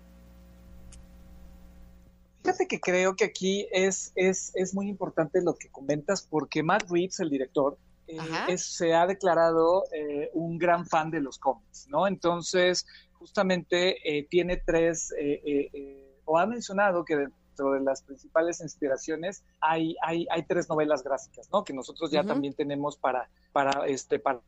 Fíjate que creo que aquí es, es, es muy importante lo que comentas, porque Matt Reeves, el director, eh, es, se ha declarado eh, un gran fan de los cómics, ¿no? Entonces, justamente eh, tiene tres, eh, eh, eh, o ha mencionado que dentro de las principales inspiraciones hay, hay, hay tres novelas gráficas, ¿no? Que nosotros ya uh-huh. también tenemos para, para, este, para...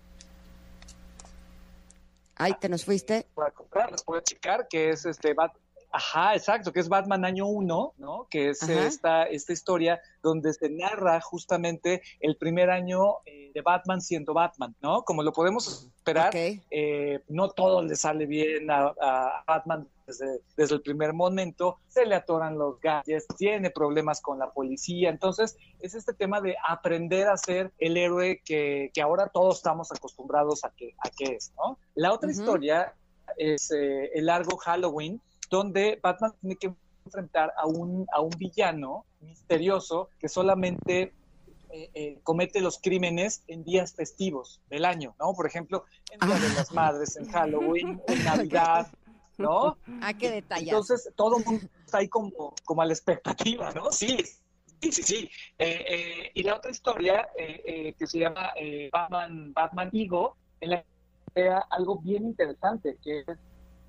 Ay, ¿te nos fuiste? Para comprar, les puedo checar, que es este Bat Ajá, exacto, que es Batman año uno, ¿no? Que es esta, esta historia donde se narra justamente el primer año eh, de Batman siendo Batman, ¿no? Como lo podemos esperar, okay. eh, no todo le sale bien a, a Batman desde, desde el primer momento, se le atoran los gadgets, tiene problemas con la policía, entonces es este tema de aprender a ser el héroe que, que ahora todos estamos acostumbrados a que, a que es, ¿no? La otra uh-huh. historia es eh, el largo Halloween, donde Batman tiene que enfrentar a un, a un villano misterioso que solamente eh, eh, comete los crímenes en días festivos del año, ¿no? Por ejemplo, en Día de las Madres, en Halloween, en Navidad, ¿no? Ah, qué detalle. Entonces, todo el mundo está ahí como, como a la expectativa, ¿no? Sí, sí, sí, sí. Eh, eh, y la otra historia eh, eh, que se llama eh, Batman, Batman Ego, en la que sea algo bien interesante, que es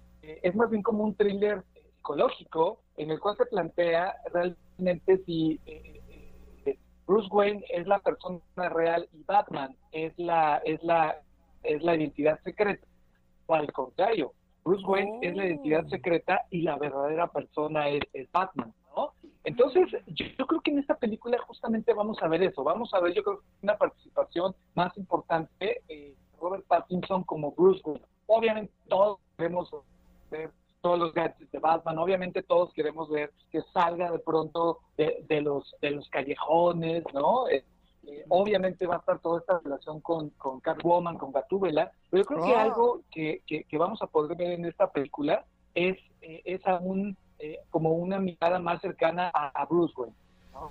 es más bien como un thriller psicológico en el cual se plantea realmente si eh, eh, Bruce Wayne es la persona real y Batman es la es la es la identidad secreta, o al contrario, Bruce Wayne oh. es la identidad secreta y la verdadera persona es, es Batman, ¿no? Entonces yo, yo creo que en esta película justamente vamos a ver eso, vamos a ver yo creo que una participación más importante, eh, Robert Pattinson como Bruce Wayne. Obviamente todos queremos ver todos los gadgets de Batman, obviamente todos queremos ver que salga de pronto de, de los de los callejones, ¿no? Eh, eh, obviamente va a estar toda esta relación con, con Catwoman, con Gatúbela, pero yo creo oh. que algo que, que, que vamos a poder ver en esta película es, eh, es aún eh, como una mirada más cercana a, a Bruce Wayne, ¿no?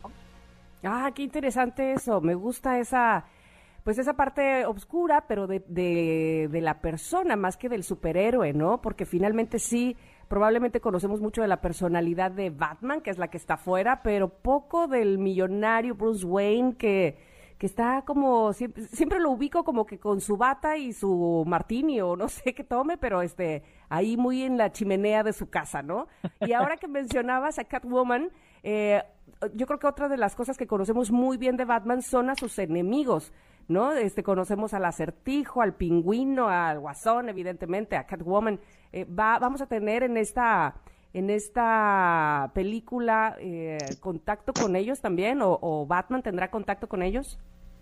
Ah, qué interesante eso, me gusta esa... Pues esa parte oscura, pero de, de, de la persona más que del superhéroe, ¿no? Porque finalmente sí, probablemente conocemos mucho de la personalidad de Batman, que es la que está afuera, pero poco del millonario Bruce Wayne, que, que está como, siempre, siempre lo ubico como que con su bata y su martini o no sé qué tome, pero este ahí muy en la chimenea de su casa, ¿no? Y ahora que mencionabas a Catwoman, eh, yo creo que otra de las cosas que conocemos muy bien de Batman son a sus enemigos, ¿no? Este, conocemos al Acertijo, al Pingüino, al Guasón, evidentemente, a Catwoman. Eh, va, vamos a tener en esta, en esta película eh, contacto con ellos también, o, o Batman tendrá contacto con ellos.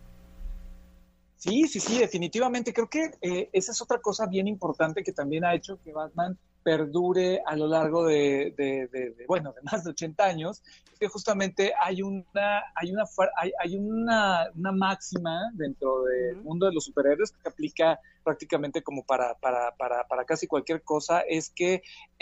Sí, sí, sí, definitivamente. Creo que eh, esa es otra cosa bien importante que también ha hecho que Batman perdure a lo largo de, de, de, de bueno, de más de ochenta años, es que justamente hay una, hay una, hay, hay una, una máxima dentro del mundo de los superhéroes que aplica prácticamente como para, para, para, para casi cualquier cosa, es que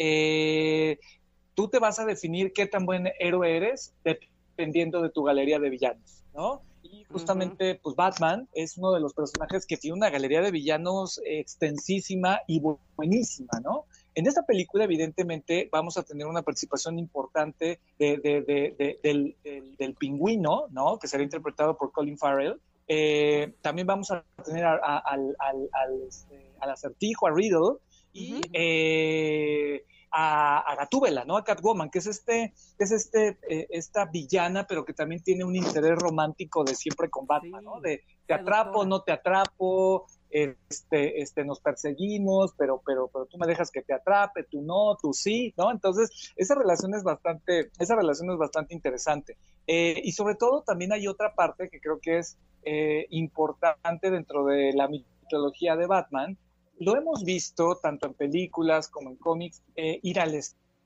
eh, tú te vas a definir qué tan buen héroe eres dependiendo de tu galería de villanos, ¿no? Y justamente, uh-huh. pues Batman es uno de los personajes que tiene una galería de villanos extensísima y buenísima, ¿no? En esta película, evidentemente, vamos a tener una participación importante de, de, de, de, del, del, del Pingüino, ¿no? Que será interpretado por Colin Farrell. Eh, también vamos a tener a, a, al, al, al, este, al Acertijo, a Riddle, y uh-huh. eh, a, a Gatúbela, ¿no? A Catwoman, que es este, es este, eh, esta villana, pero que también tiene un interés romántico de siempre con Batman, sí. ¿no? De te atrapo, no te atrapo, este, este, nos perseguimos, pero, pero, pero tú me dejas que te atrape, tú no, tú sí, ¿no? Entonces, esa relación es bastante, esa relación es bastante interesante. Eh, y sobre todo, también hay otra parte que creo que es eh, importante dentro de la mitología de Batman. Lo hemos visto tanto en películas como en cómics, eh, ir al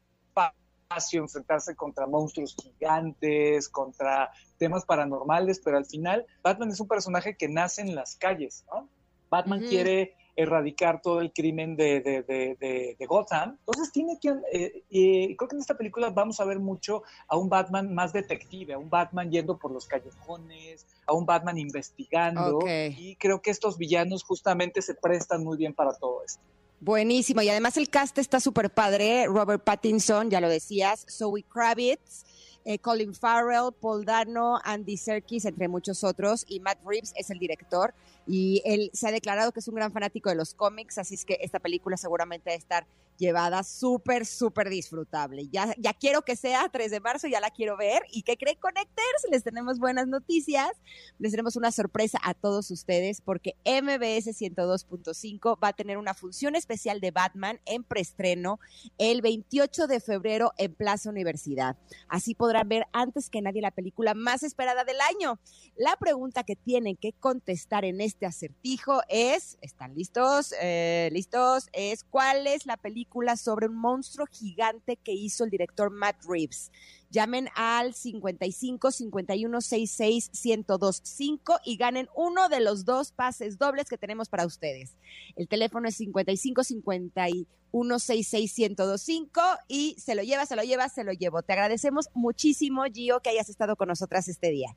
espacio, enfrentarse contra monstruos gigantes, contra temas paranormales, pero al final Batman es un personaje que nace en las calles, ¿no? Batman uh-huh. quiere erradicar todo el crimen de, de, de, de, de Gotham, entonces tiene que, eh, eh, creo que en esta película vamos a ver mucho a un Batman más detective, a un Batman yendo por los callejones, a un Batman investigando, okay. y creo que estos villanos justamente se prestan muy bien para todo esto. Buenísimo, y además el cast está súper padre. Robert Pattinson, ya lo decías, Zoe Kravitz, eh, Colin Farrell, Paul Dano, Andy Serkis, entre muchos otros, y Matt Reeves es el director, y él se ha declarado que es un gran fanático de los cómics, así es que esta película seguramente va a estar llevada súper, súper disfrutable. Ya, ya quiero que sea tres de marzo, ya la quiero ver. ¿Y qué creen, Connectors? Les tenemos buenas noticias. Les tenemos una sorpresa a todos ustedes porque M B S ciento dos punto cinco va a tener una función especial de Batman en preestreno el veintiocho de febrero en Plaza Universidad. Así podrán ver antes que nadie la película más esperada del año. La pregunta que tienen que contestar en este acertijo es, ¿están listos? Eh, ¿Listos? Es, ¿cuál es la película sobre un monstruo gigante que hizo el director Matt Reeves? Llamen al cincuenta y cinco, cincuenta y uno, sesenta y seis, ciento dos punto cinco y ganen uno de los dos pases dobles que tenemos para ustedes. El teléfono es cincuenta y cinco, cincuenta y uno, sesenta y seis, ciento dos punto cinco y se lo lleva, se lo lleva, se lo llevo. Te agradecemos muchísimo, Gio, que hayas estado con nosotras este día.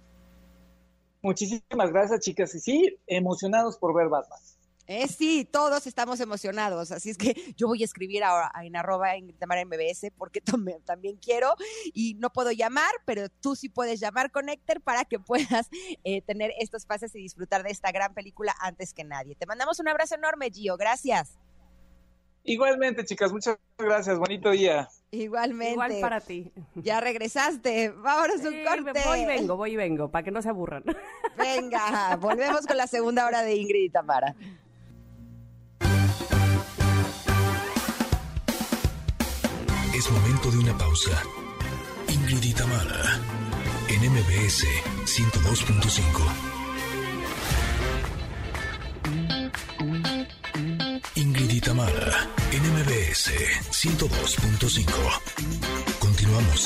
Muchísimas gracias, chicas. Y sí, emocionados por ver Batman. Eh, sí, todos estamos emocionados, así es que yo voy a escribir ahora en arroba Ingrid Tamara M B S porque también, también quiero y no puedo llamar, pero tú sí puedes llamar, Connector, para que puedas eh, tener estos pases y disfrutar de esta gran película antes que nadie. Te mandamos un abrazo enorme, Gio, gracias. Igualmente, chicas, muchas gracias, bonito día. Igualmente. Igual para ti. Ya regresaste, vámonos sí, un corte. Voy y vengo, voy y vengo, para que no se aburran. Venga, volvemos con la segunda hora de Ingrid y Tamara. Es momento de una pausa. Ingrid y Tamara, en M B S ciento dos punto cinco. Ingrid y Tamara, en M B S ciento dos punto cinco. Continuamos.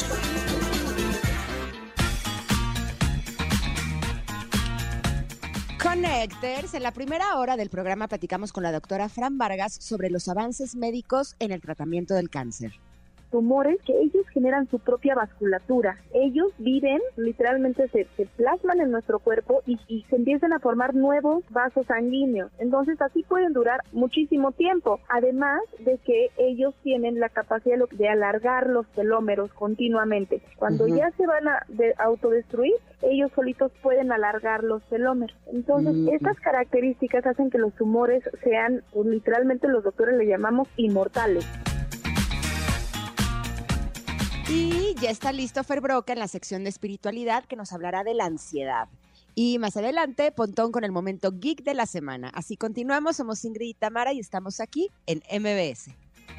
Connectors, en la primera hora del programa platicamos con la doctora Fran Vargas sobre los avances médicos en el tratamiento del cáncer. Tumores que ellos generan su propia vasculatura. Ellos viven, literalmente se, se plasman en nuestro cuerpo y, y se empiezan a formar nuevos vasos sanguíneos. Entonces así pueden durar muchísimo tiempo. Además de que ellos tienen la capacidad de alargar los telómeros continuamente. Cuando uh-huh. ya se van a de, autodestruir, ellos solitos pueden alargar los telómeros. Entonces uh-huh. estas características hacen que los tumores sean, pues, literalmente los doctores le llamamos inmortales. Y ya está listo Fer Broca en la sección de espiritualidad que nos hablará de la ansiedad. Y más adelante, Pontón con el momento geek de la semana. Así continuamos, somos Ingrid y Tamara y estamos aquí en M B S.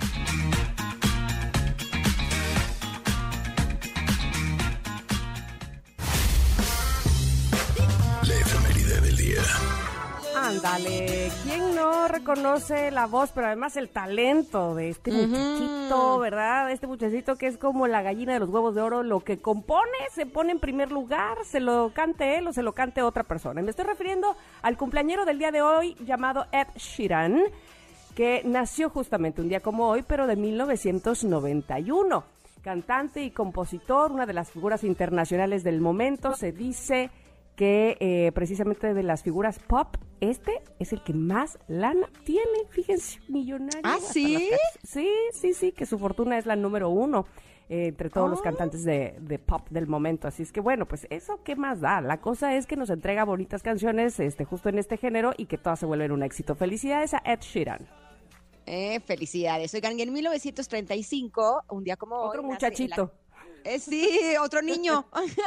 La efeméride del día. Ándale, ¿quién no reconoce la voz, pero además el talento de este muchachito, uh-huh. ¿verdad? Este muchachito que es como la gallina de los huevos de oro, lo que compone se pone en primer lugar, se lo cante él o se lo cante otra persona. Me estoy refiriendo al cumpleañero del día de hoy llamado Ed Sheeran, que nació justamente un día como hoy, pero de mil novecientos noventa y uno. Cantante y compositor, una de las figuras internacionales del momento, se dice que eh, precisamente de las figuras pop, este es el que más lana tiene, fíjense, millonario. ¿Ah, sí? Sí, sí, sí, que su fortuna es la número uno eh, entre todos oh. los cantantes de, de pop del momento. Así es que bueno, pues eso qué más da. La cosa es que nos entrega bonitas canciones este, justo en este género y que todas se vuelven un éxito. Felicidades a Ed Sheeran. Eh, felicidades. Oigan, y en mil novecientos treinta y cinco, un día como Otro hoy... muchachito. Eh, sí, otro niño.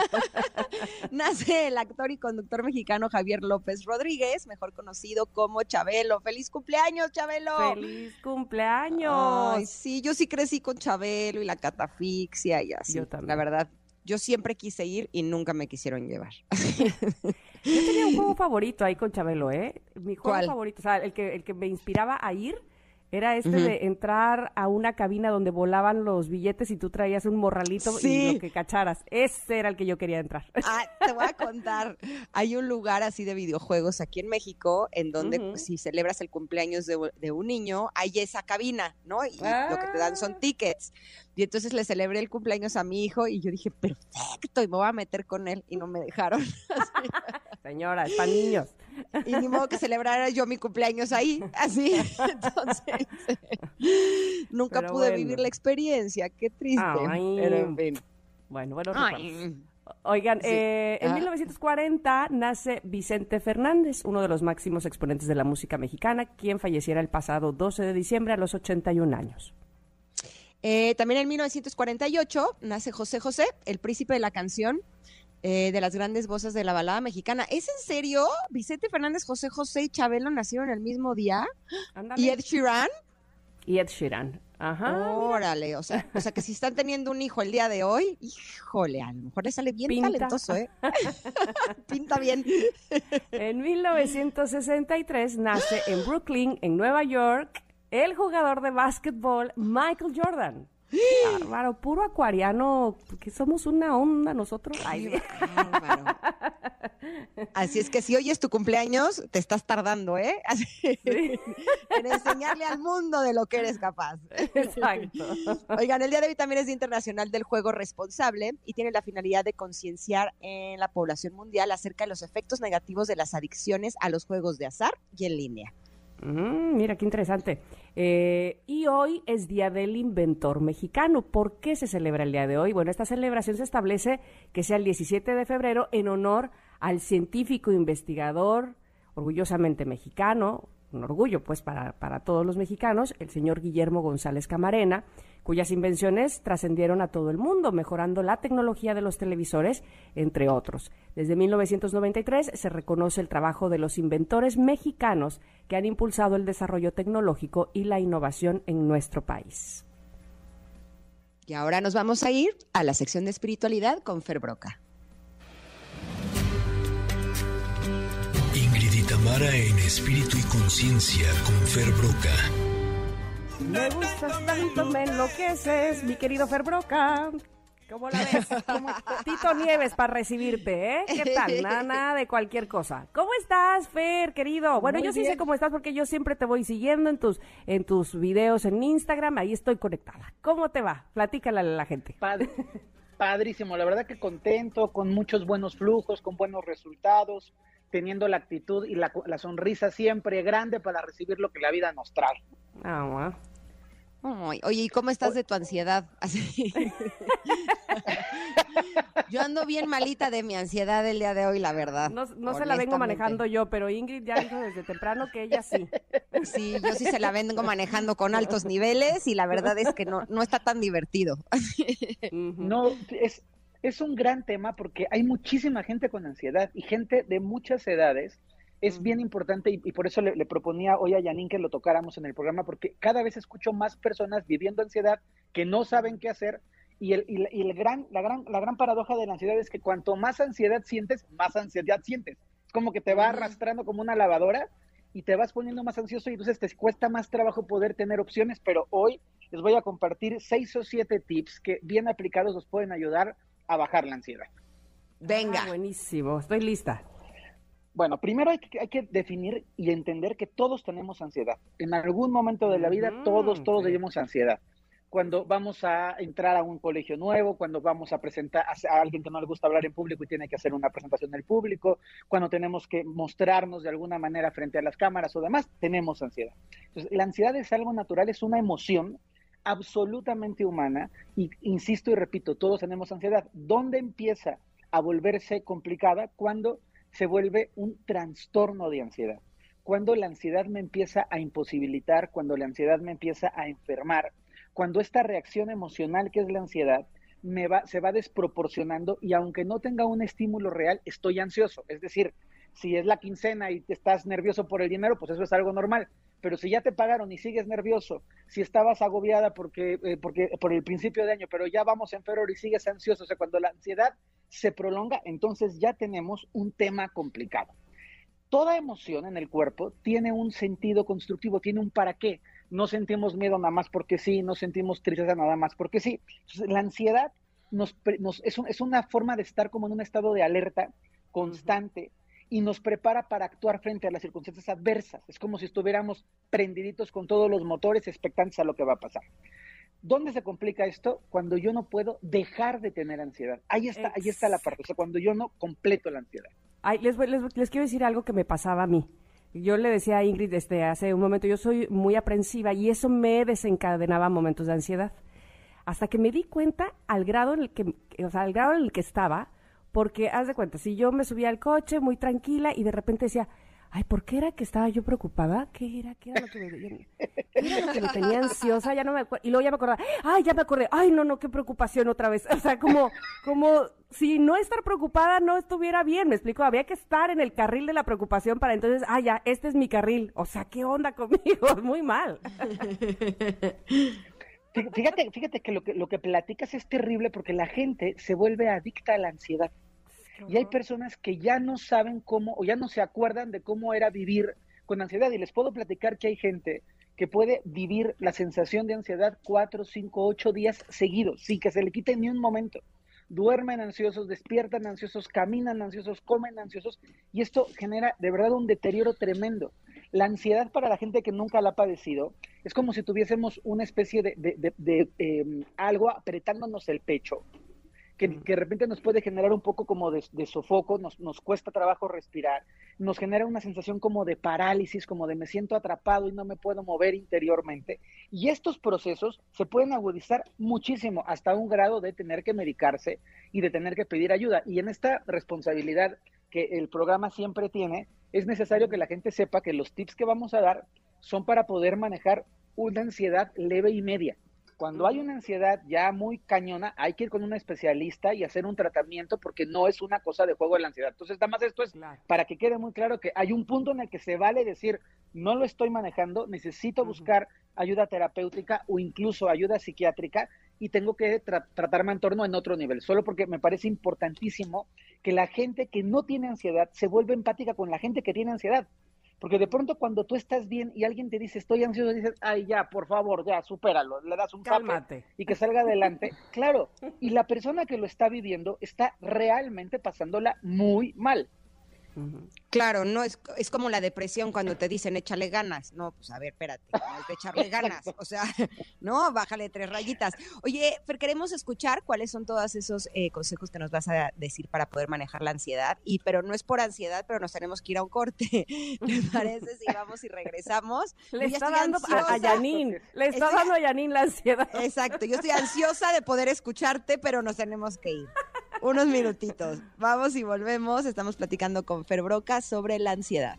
Nace el actor y conductor mexicano Javier López Rodríguez, mejor conocido como Chabelo. ¡Feliz cumpleaños, Chabelo! ¡Feliz cumpleaños! Ay, sí, yo sí crecí con Chabelo y la catafixia y así. Yo también. La verdad, yo siempre quise ir y nunca me quisieron llevar. Yo tenía un juego favorito ahí con Chabelo, ¿eh? Mi juego ¿Cuál? favorito, o sea, el que, el que me inspiraba a ir era este uh-huh. de entrar a una cabina donde volaban los billetes y tú traías un morralito sí. y lo que cacharas. Ese era el que yo quería entrar. Ah, te voy a contar. Hay un lugar así de videojuegos aquí en México en donde uh-huh. pues, si celebras el cumpleaños de, de un niño, hay esa cabina, ¿no? Y ah. lo que te dan son tickets. Y entonces le celebré el cumpleaños a mi hijo y yo dije, perfecto, y me voy a meter con él. Y no me dejaron. Señora, es para niños. Y ni modo que celebrara yo mi cumpleaños ahí, así. Entonces, nunca pero pude bueno. vivir la experiencia, qué triste. Ay. Pero en fin. Bueno, bueno, Oigan, sí. eh, en ah. mil novecientos cuarenta nace Vicente Fernández, uno de los máximos exponentes de la música mexicana, quien falleciera el pasado doce de diciembre a los ochenta y un años. Eh, también en mil novecientos cuarenta y ocho nace José José, el príncipe de la canción. Eh, de las grandes voces de la balada mexicana. ¿Es en serio? ¿Vicente Fernández, José José y Chabelo nacieron el mismo día? Ándale. ¿Y Ed Sheeran? Y Ed Sheeran. Ajá. Órale, o sea, o sea que si están teniendo un hijo el día de hoy, híjole, a lo mejor le sale bien Pinta. talentoso, ¿eh? Pinta bien. En mil novecientos sesenta y tres nace en Brooklyn, en Nueva York, el jugador de básquetbol Michael Jordan. Bárbaro, puro acuariano, que somos una onda nosotros. Ay, bárbaro. Así es que si hoy es tu cumpleaños, te estás tardando, ¿eh? Así, sí. En enseñarle al mundo de lo que eres capaz. Exacto. Oigan, el día de hoy también es Día Internacional del Juego Responsable y tiene la finalidad de concienciar en la población mundial acerca de los efectos negativos de las adicciones a los juegos de azar y en línea. Mm, mira, qué interesante. Eh, y hoy es Día del Inventor Mexicano. ¿Por qué se celebra el día de hoy? Bueno, esta celebración se establece que sea el diecisiete de febrero en honor al científico investigador orgullosamente mexicano, un orgullo pues para, para todos los mexicanos, el señor Guillermo González Camarena, cuyas invenciones trascendieron a todo el mundo, mejorando la tecnología de los televisores, entre otros. Desde mil novecientos noventa y tres se reconoce el trabajo de los inventores mexicanos que han impulsado el desarrollo tecnológico y la innovación en nuestro país. Y ahora nos vamos a ir a la sección de espiritualidad con Fer Broca. Ingrid y Tamara en Espíritu y Conciencia con Fer Broca. Me gustas tanto, me enloqueces, mi querido Fer Broca. ¿Cómo la ves? Como Tito Nieves para recibirte, ¿eh? ¿Qué tal? Nada, nada de cualquier cosa. ¿Cómo estás, Fer, querido? Bueno, Muy yo sí bien. sé cómo estás porque yo siempre te voy siguiendo en tus en tus videos en Instagram. Ahí estoy conectada. ¿Cómo te va? Platícale a la gente. Padre, padrísimo. La verdad que contento, con muchos buenos flujos, con buenos resultados, teniendo la actitud y la, la sonrisa siempre grande para recibir lo que la vida nos trae. Ah, wow. Ay, oye, ¿y cómo estás de tu ansiedad? Así. Yo ando bien malita de mi ansiedad el día de hoy, la verdad. No, no se la vengo manejando yo, pero Ingrid ya dijo desde temprano que ella sí. Sí, yo sí se la vengo manejando con altos niveles y la verdad es que no, no está tan divertido. No, es, es un gran tema porque hay muchísima gente con ansiedad y gente de muchas edades. Es bien importante y, y por eso le, le proponía hoy a Janine que lo tocáramos en el programa, porque cada vez escucho más personas viviendo ansiedad que no saben qué hacer y, el, y, la, y el gran, la, gran, la gran paradoja de la ansiedad es que cuanto más ansiedad sientes, más ansiedad sientes. Es como que te va arrastrando como una lavadora y te vas poniendo más ansioso y entonces te cuesta más trabajo poder tener opciones, pero hoy les voy a compartir seis o siete tips que bien aplicados nos pueden ayudar a bajar la ansiedad. Venga. Ah, buenísimo, estoy lista. Bueno, primero hay que, hay que definir y entender que todos tenemos ansiedad. En algún momento de la vida, Mm, todos, todos sí. tenemos ansiedad. Cuando vamos a entrar a un colegio nuevo, cuando vamos a presentar a, a alguien que no le gusta hablar en público y tiene que hacer una presentación en el público, cuando tenemos que mostrarnos de alguna manera frente a las cámaras o demás, tenemos ansiedad. Entonces, la ansiedad es algo natural, es una emoción absolutamente humana y insisto y repito, todos tenemos ansiedad. ¿Dónde empieza a volverse complicada? Cuando se vuelve un trastorno de ansiedad. Cuando la ansiedad me empieza a imposibilitar, cuando la ansiedad me empieza a enfermar, cuando esta reacción emocional que es la ansiedad me va, se va desproporcionando y aunque no tenga un estímulo real, estoy ansioso. Es decir, si es la quincena y te estás nervioso por el dinero, pues eso es algo normal. Pero si ya te pagaron y sigues nervioso, si estabas agobiada porque, eh, porque por el principio de año, pero ya vamos en febrero y sigues ansioso, o sea, cuando la ansiedad se prolonga, entonces ya tenemos un tema complicado. Toda emoción en el cuerpo tiene un sentido constructivo, tiene un para qué. No sentimos miedo nada más porque sí, no sentimos tristeza nada más porque sí. Entonces, la ansiedad nos, nos, es, un, es una forma de estar como en un estado de alerta constante uh-huh. y nos prepara para actuar frente a las circunstancias adversas. Es como si estuviéramos prendiditos con todos los motores expectantes a lo que va a pasar. ¿Dónde se complica esto? Cuando yo no puedo dejar de tener ansiedad. Ahí está, ahí está la parte. O sea, cuando yo no completo la ansiedad. Ay, les, les, les quiero decir algo que me pasaba a mí. Yo le decía a Ingrid este, hace un momento, yo soy muy aprensiva y eso me desencadenaba momentos de ansiedad. Hasta que me di cuenta al grado en el que, o sea, al grado en el que estaba, porque haz de cuenta, si yo me subía al coche muy tranquila y de repente decía, ay, ¿por qué era que estaba yo preocupada? ¿Qué era? ¿Qué era lo que me, ¿qué era lo que me tenía ansiosa? Ya no me acuerdo. Y luego ya me acordaba, ay, ya me acordé, ay, no, no, qué preocupación otra vez. O sea, como, como si no estar preocupada no estuviera bien, me explico, había que estar en el carril de la preocupación para entonces, ah, ya, este es mi carril. O sea, ¿qué onda conmigo? Muy mal. Fíjate, fíjate que lo que lo que platicas es terrible porque la gente se vuelve adicta a la ansiedad. Y hay personas que ya no saben cómo, o ya no se acuerdan de cómo era vivir con ansiedad. Y les puedo platicar que hay gente que puede vivir la sensación de ansiedad cuatro, cinco, ocho días seguidos, sin que se le quite ni un momento. Duermen ansiosos, despiertan ansiosos, caminan ansiosos, comen ansiosos. Y esto genera de verdad un deterioro tremendo. La ansiedad para la gente que nunca la ha padecido es como si tuviésemos una especie de, de, de, de eh, algo apretándonos el pecho. Que, que de repente nos puede generar un poco como de, de sofoco, nos, nos cuesta trabajo respirar, nos genera una sensación como de parálisis, como de me siento atrapado y no me puedo mover interiormente. Y estos procesos se pueden agudizar muchísimo, hasta un grado de tener que medicarse y de tener que pedir ayuda. Y en esta responsabilidad que el programa siempre tiene, es necesario que la gente sepa que los tips que vamos a dar son para poder manejar una ansiedad leve y media. Cuando hay una ansiedad ya muy cañona, hay que ir con un especialista y hacer un tratamiento porque no es una cosa de juego de la ansiedad. Entonces, nada más esto es claro, para que quede muy claro que hay un punto en el que se vale decir, no lo estoy manejando, necesito uh-huh. buscar ayuda terapéutica o incluso ayuda psiquiátrica y tengo que tra- tratarme en torno en otro nivel. Solo porque me parece importantísimo que la gente que no tiene ansiedad se vuelva empática con la gente que tiene ansiedad. Porque de pronto cuando tú estás bien y alguien te dice estoy ansioso, dices, ay ya, por favor, ya, supéralo, le das un zape y que salga adelante. Claro, y la persona que lo está viviendo está realmente pasándola muy mal. Uh-huh. Claro, no es, es como la depresión cuando te dicen échale ganas. No, pues a ver, espérate, no es de echarle ganas. O sea, no, bájale tres rayitas. Oye, Fer, queremos escuchar cuáles son todos esos eh, consejos que nos vas a decir para poder manejar la ansiedad. Y pero no es por ansiedad, pero nos tenemos que ir a un corte. ¿Te parece si vamos y regresamos? Le está dando a, a Janine, le está estoy, dando a Janine la ansiedad. Exacto, yo estoy ansiosa de poder escucharte, pero nos tenemos que ir. unos minutitos. Vamos y volvemos. Estamos platicando con Fer Broca sobre la ansiedad.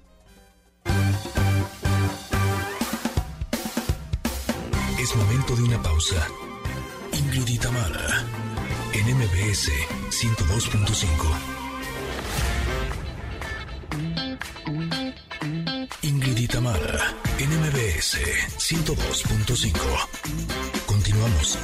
Es momento de una pausa. Ingrid y Tamara, en M B S ciento dos punto cinco. Ingrid y Tamara, en M B S ciento dos punto cinco. Continuamos.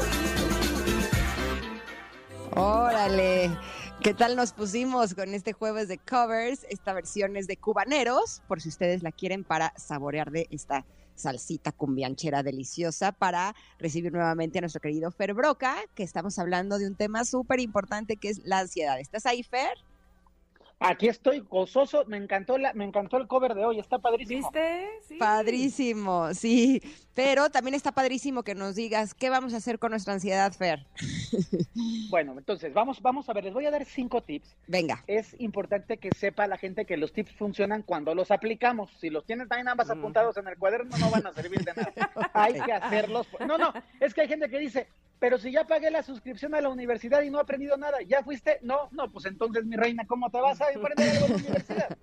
Órale, ¿qué tal nos pusimos con este jueves de covers? Esta versión es de Cubaneros, por si ustedes la quieren para saborear de esta salsita cumbianchera deliciosa, para recibir nuevamente a nuestro querido Fer Broca, que estamos hablando de un tema súper importante que es la ansiedad. ¿Estás ahí, Fer? Aquí estoy gozoso, me encantó la, me encantó el cover de hoy, está padrísimo. ¿Viste? Sí. Padrísimo, sí. Pero también está padrísimo que nos digas qué vamos a hacer con nuestra ansiedad, Fer. Bueno, entonces, vamos, vamos a ver, les voy a dar cinco tips. Venga. Es importante que sepa la gente que los tips funcionan cuando los aplicamos. Si los tienes ahí nada más apuntados en el cuaderno, no van a servir de nada. Hay que hacerlos. No, no, es que hay gente que dice, pero si ya pagué la suscripción a la universidad y no he aprendido nada, ¿ya fuiste? No, no, pues entonces, mi reina, ¿cómo te vas a aprender algo en la universidad?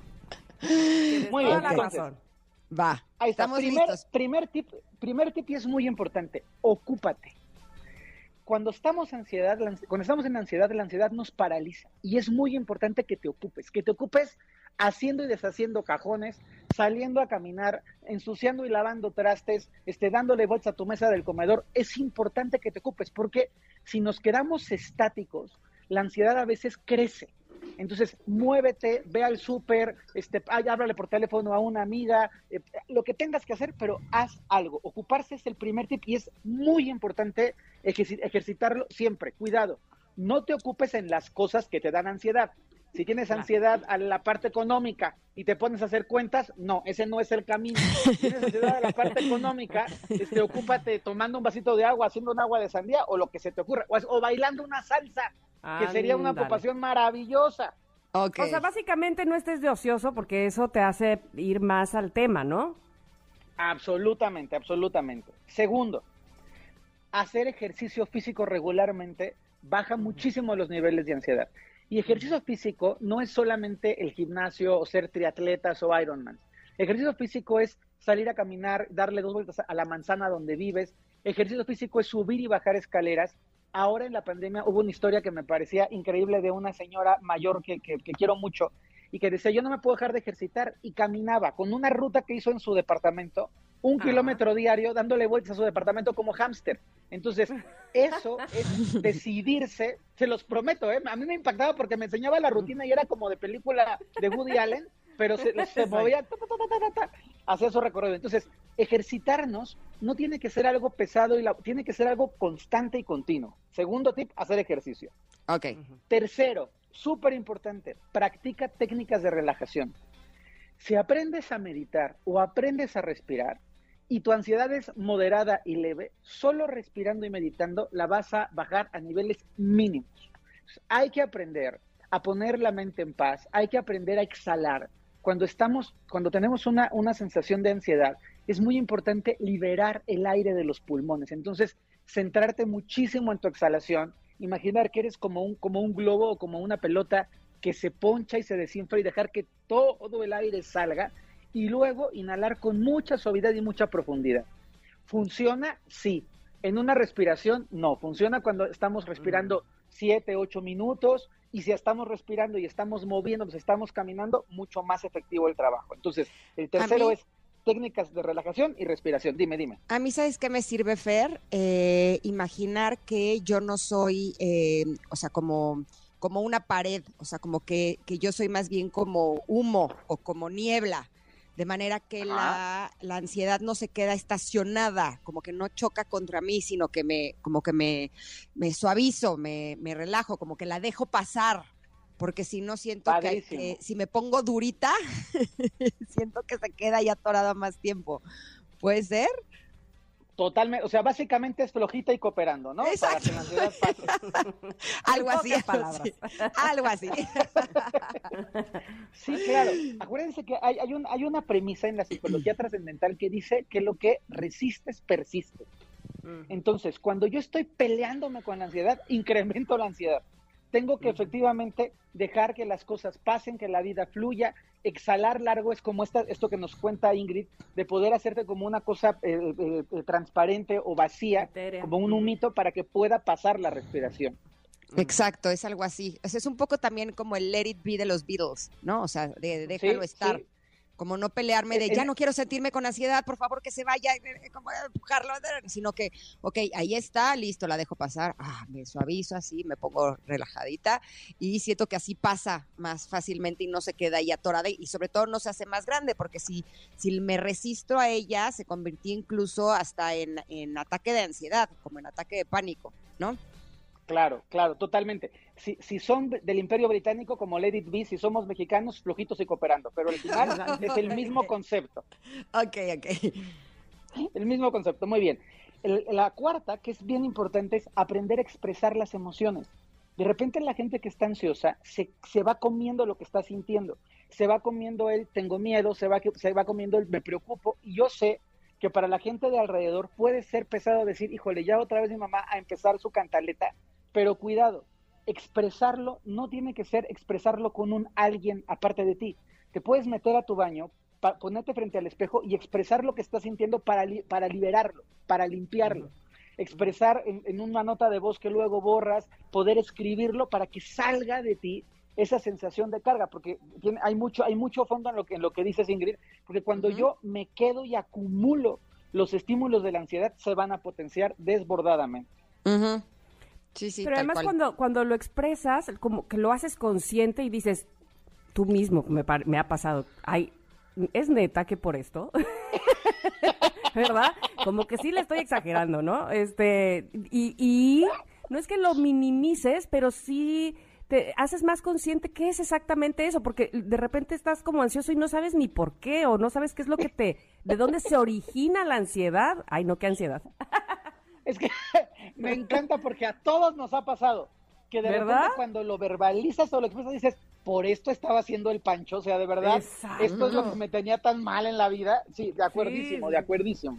Muy bien, Toda la entonces, razón. Va, ahí está. estamos Primer, listos. primer tip, primer tip y es muy importante, ocúpate. Cuando estamos, ansiedad, la, cuando estamos en ansiedad, la ansiedad nos paraliza y es muy importante que te ocupes, que te ocupes haciendo y deshaciendo cajones, saliendo a caminar, ensuciando y lavando trastes, este, dándole vueltas a tu mesa del comedor. Es importante que te ocupes porque si nos quedamos estáticos, la ansiedad a veces crece. Entonces, muévete, ve al súper, este, ay, háblale por teléfono a una amiga, eh, lo que tengas que hacer, pero haz algo. Ocuparse es el primer tip y es muy importante ejerci- ejercitarlo siempre. Cuidado, no te ocupes en las cosas que te dan ansiedad. Si tienes ansiedad a la parte económica y te pones a hacer cuentas, no, ese no es el camino. Si tienes ansiedad a la parte económica, este, ocúpate tomando un vasito de agua, haciendo un agua de sandía o lo que se te ocurra, o, o bailando una salsa, que sería una Ándale. ocupación maravillosa. Ok. O sea, básicamente no estés de ocioso porque eso te hace ir más al tema, ¿no? Absolutamente, absolutamente. Segundo, hacer ejercicio físico regularmente baja muchísimo los niveles de ansiedad. Y ejercicio físico no es solamente el gimnasio o ser triatletas o Ironman. Ejercicio físico es salir a caminar, darle dos vueltas a la manzana donde vives. Ejercicio físico es subir y bajar escaleras. Ahora en la pandemia hubo una historia que me parecía increíble de una señora mayor que, que, que quiero mucho y que decía, yo no me puedo dejar de ejercitar, y caminaba con una ruta que hizo en su departamento, un Ah. kilómetro diario, dándole vueltas a su departamento como hámster. Entonces, eso es decidirse, se los prometo, ¿eh? A mí me impactaba porque me enseñaba la rutina y era como de película de Woody Allen, pero se, se movía, ta, ta, ta, ta, ta, ta, hacía su recorrido. Entonces, ejercitarnos no tiene que ser algo pesado, y la, tiene que ser algo constante y continuo. Segundo tip, hacer ejercicio. Ok. Tercero, súper importante, practica técnicas de relajación. Si aprendes a meditar o aprendes a respirar y tu ansiedad es moderada y leve, solo respirando y meditando la vas a bajar a niveles mínimos. Hay que aprender a poner la mente en paz, hay que aprender a exhalar. Cuando estamos, cuando tenemos una, una sensación de ansiedad, es muy importante liberar el aire de los pulmones. Entonces, centrarte muchísimo en tu exhalación, imaginar que eres como un, como un globo o como una pelota que se poncha y se desinfla y dejar que todo el aire salga y luego inhalar con mucha suavidad y mucha profundidad. ¿Funciona? Sí. En una respiración, no. Funciona cuando estamos respirando siete, ocho minutos, y si estamos respirando y estamos moviéndonos, estamos caminando, mucho más efectivo el trabajo. Entonces, el tercero mí- es técnicas de relajación y respiración. Dime, dime. A mí, ¿sabes qué me sirve, Fer? Eh, imaginar que yo no soy, eh, o sea, como, como una pared, o sea, como que, que yo soy más bien como humo o como niebla, de manera que la, la ansiedad no se queda estacionada, como que no choca contra mí, sino que me, como que me, me suavizo, me, me relajo, como que la dejo pasar, porque si no siento que, Padrísimo. que si me pongo durita, siento que se queda ya atorada más tiempo. ¿Puede ser? Totalmente, o sea, básicamente es flojita y cooperando, ¿no? Exacto. Para que la ansiedad pase. Algo En así, pocas algo palabras. así. Algo así. Sí, claro. Acuérdense que hay, hay, un, hay una premisa en la psicología trascendental que dice que lo que resistes persiste. Entonces, cuando yo estoy peleándome con la ansiedad, incremento la ansiedad. tengo que efectivamente dejar que las cosas pasen, que la vida fluya. Exhalar largo es como esta, esto que nos cuenta Ingrid, de poder hacerte como una cosa eh, eh, eh, transparente o vacía, Etérea. como un humito para que pueda pasar la respiración. Exacto, es algo así. O sea, es un poco también como el Let It Be de los Beatles, ¿no? O sea, de, de déjalo Sí, estar. sí. Como no pelearme de Eh, ya eh, no quiero sentirme con ansiedad, por favor que se vaya, eh, como empujarlo, sino que, ok, ahí está, listo, la dejo pasar, ah, me suavizo así, me pongo relajadita y siento que así pasa más fácilmente y no se queda ahí atorada y sobre todo no se hace más grande, porque si, si me resisto a ella, se convirtió incluso hasta en, en ataque de ansiedad, como en ataque de pánico, ¿no? Claro, claro, totalmente. Si, si son del Imperio Británico, como Let It Be, si somos mexicanos, flojitos y cooperando, pero al final es el mismo concepto. Ok, ok. El mismo concepto, muy bien. El- la cuarta, que es bien importante, es aprender a expresar las emociones. De repente la gente que está ansiosa se, se va comiendo lo que está sintiendo. Se va comiendo el tengo miedo, se va, que- se va comiendo el me preocupo. Y yo sé que para la gente de alrededor puede ser pesado decir, híjole, ya otra vez mi mamá a empezar su cantaleta. Pero cuidado, expresarlo no tiene que ser expresarlo con un alguien aparte de ti. Te puedes meter a tu baño, pa- ponerte frente al espejo y expresar lo que estás sintiendo para, li- para liberarlo, para limpiarlo. Expresar en, en una nota de voz que luego borras, poder escribirlo para que salga de ti esa sensación de carga, porque tiene, hay mucho hay mucho fondo en lo que en lo que dices, Ingrid, porque cuando Ujú. yo me quedo y acumulo los estímulos de la ansiedad, se van a potenciar desbordadamente. Ujú. Sí, sí, Pero tal además cual. cuando, cuando lo expresas, como que lo haces consciente y dices, tú mismo me, par- me ha pasado, ay, ¿es neta que por esto? ¿Verdad? Como que sí le estoy exagerando, ¿no? Este, y, y no es que lo minimices, pero sí te haces más consciente qué es exactamente eso, porque de repente estás como ansioso y no sabes ni por qué, o no sabes qué es lo que te, de dónde se origina la ansiedad. Ay, no, qué ansiedad. Es que me encanta porque a todos nos ha pasado que de ¿Verdad? repente cuando lo verbalizas o lo expresas dices, por esto estaba haciendo el Pancho, o sea, de verdad, Exacto. esto es lo que me tenía tan mal en la vida. Sí, de acuerdísimo, Sí. de acuerdísimo,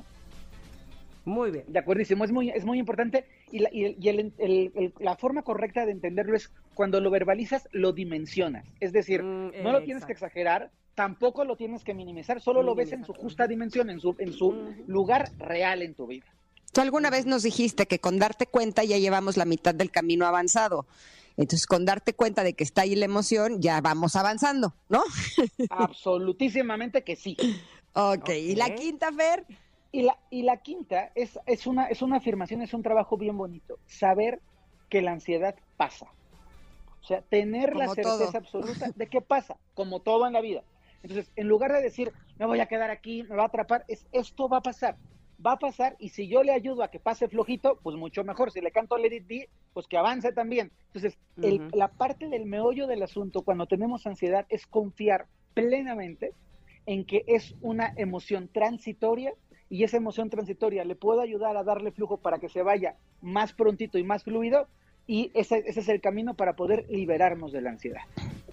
Muy bien. de acuerdísimo. Es muy, es muy importante y, la, y, el- y el- el- el- la forma correcta de entenderlo es cuando lo verbalizas, lo dimensionas. Es decir, Mm, no lo eh, tienes que exacto. exagerar, tampoco lo tienes que minimizar, solo lo ves en su Minimizar. justa dimensión, en su, en su Ujú. lugar real en tu vida. Tú alguna vez nos dijiste que con darte cuenta ya llevamos la mitad del camino avanzado. Entonces, con darte cuenta de que está ahí la emoción, ya vamos avanzando, ¿no? Absolutísimamente que sí. Ok, ¿y la Ok. quinta, Fer? Y la, y la quinta es, es, una, es una afirmación, es un trabajo bien bonito. Saber que la ansiedad pasa. O sea, tener la Como certeza todo. absoluta de que pasa, como todo en la vida. Entonces, en lugar de decir, me voy a quedar aquí, me va a atrapar, es esto va a pasar. Va a pasar y si yo le ayudo a que pase flojito, pues mucho mejor. Si le canto Let It Be, pues que avance también. Entonces, el- Ujú. la parte del meollo del asunto cuando tenemos ansiedad es confiar plenamente en que es una emoción transitoria y esa emoción transitoria le puedo ayudar a darle flujo para que se vaya más prontito y más fluido y ese, ese es el camino para poder liberarnos de la ansiedad.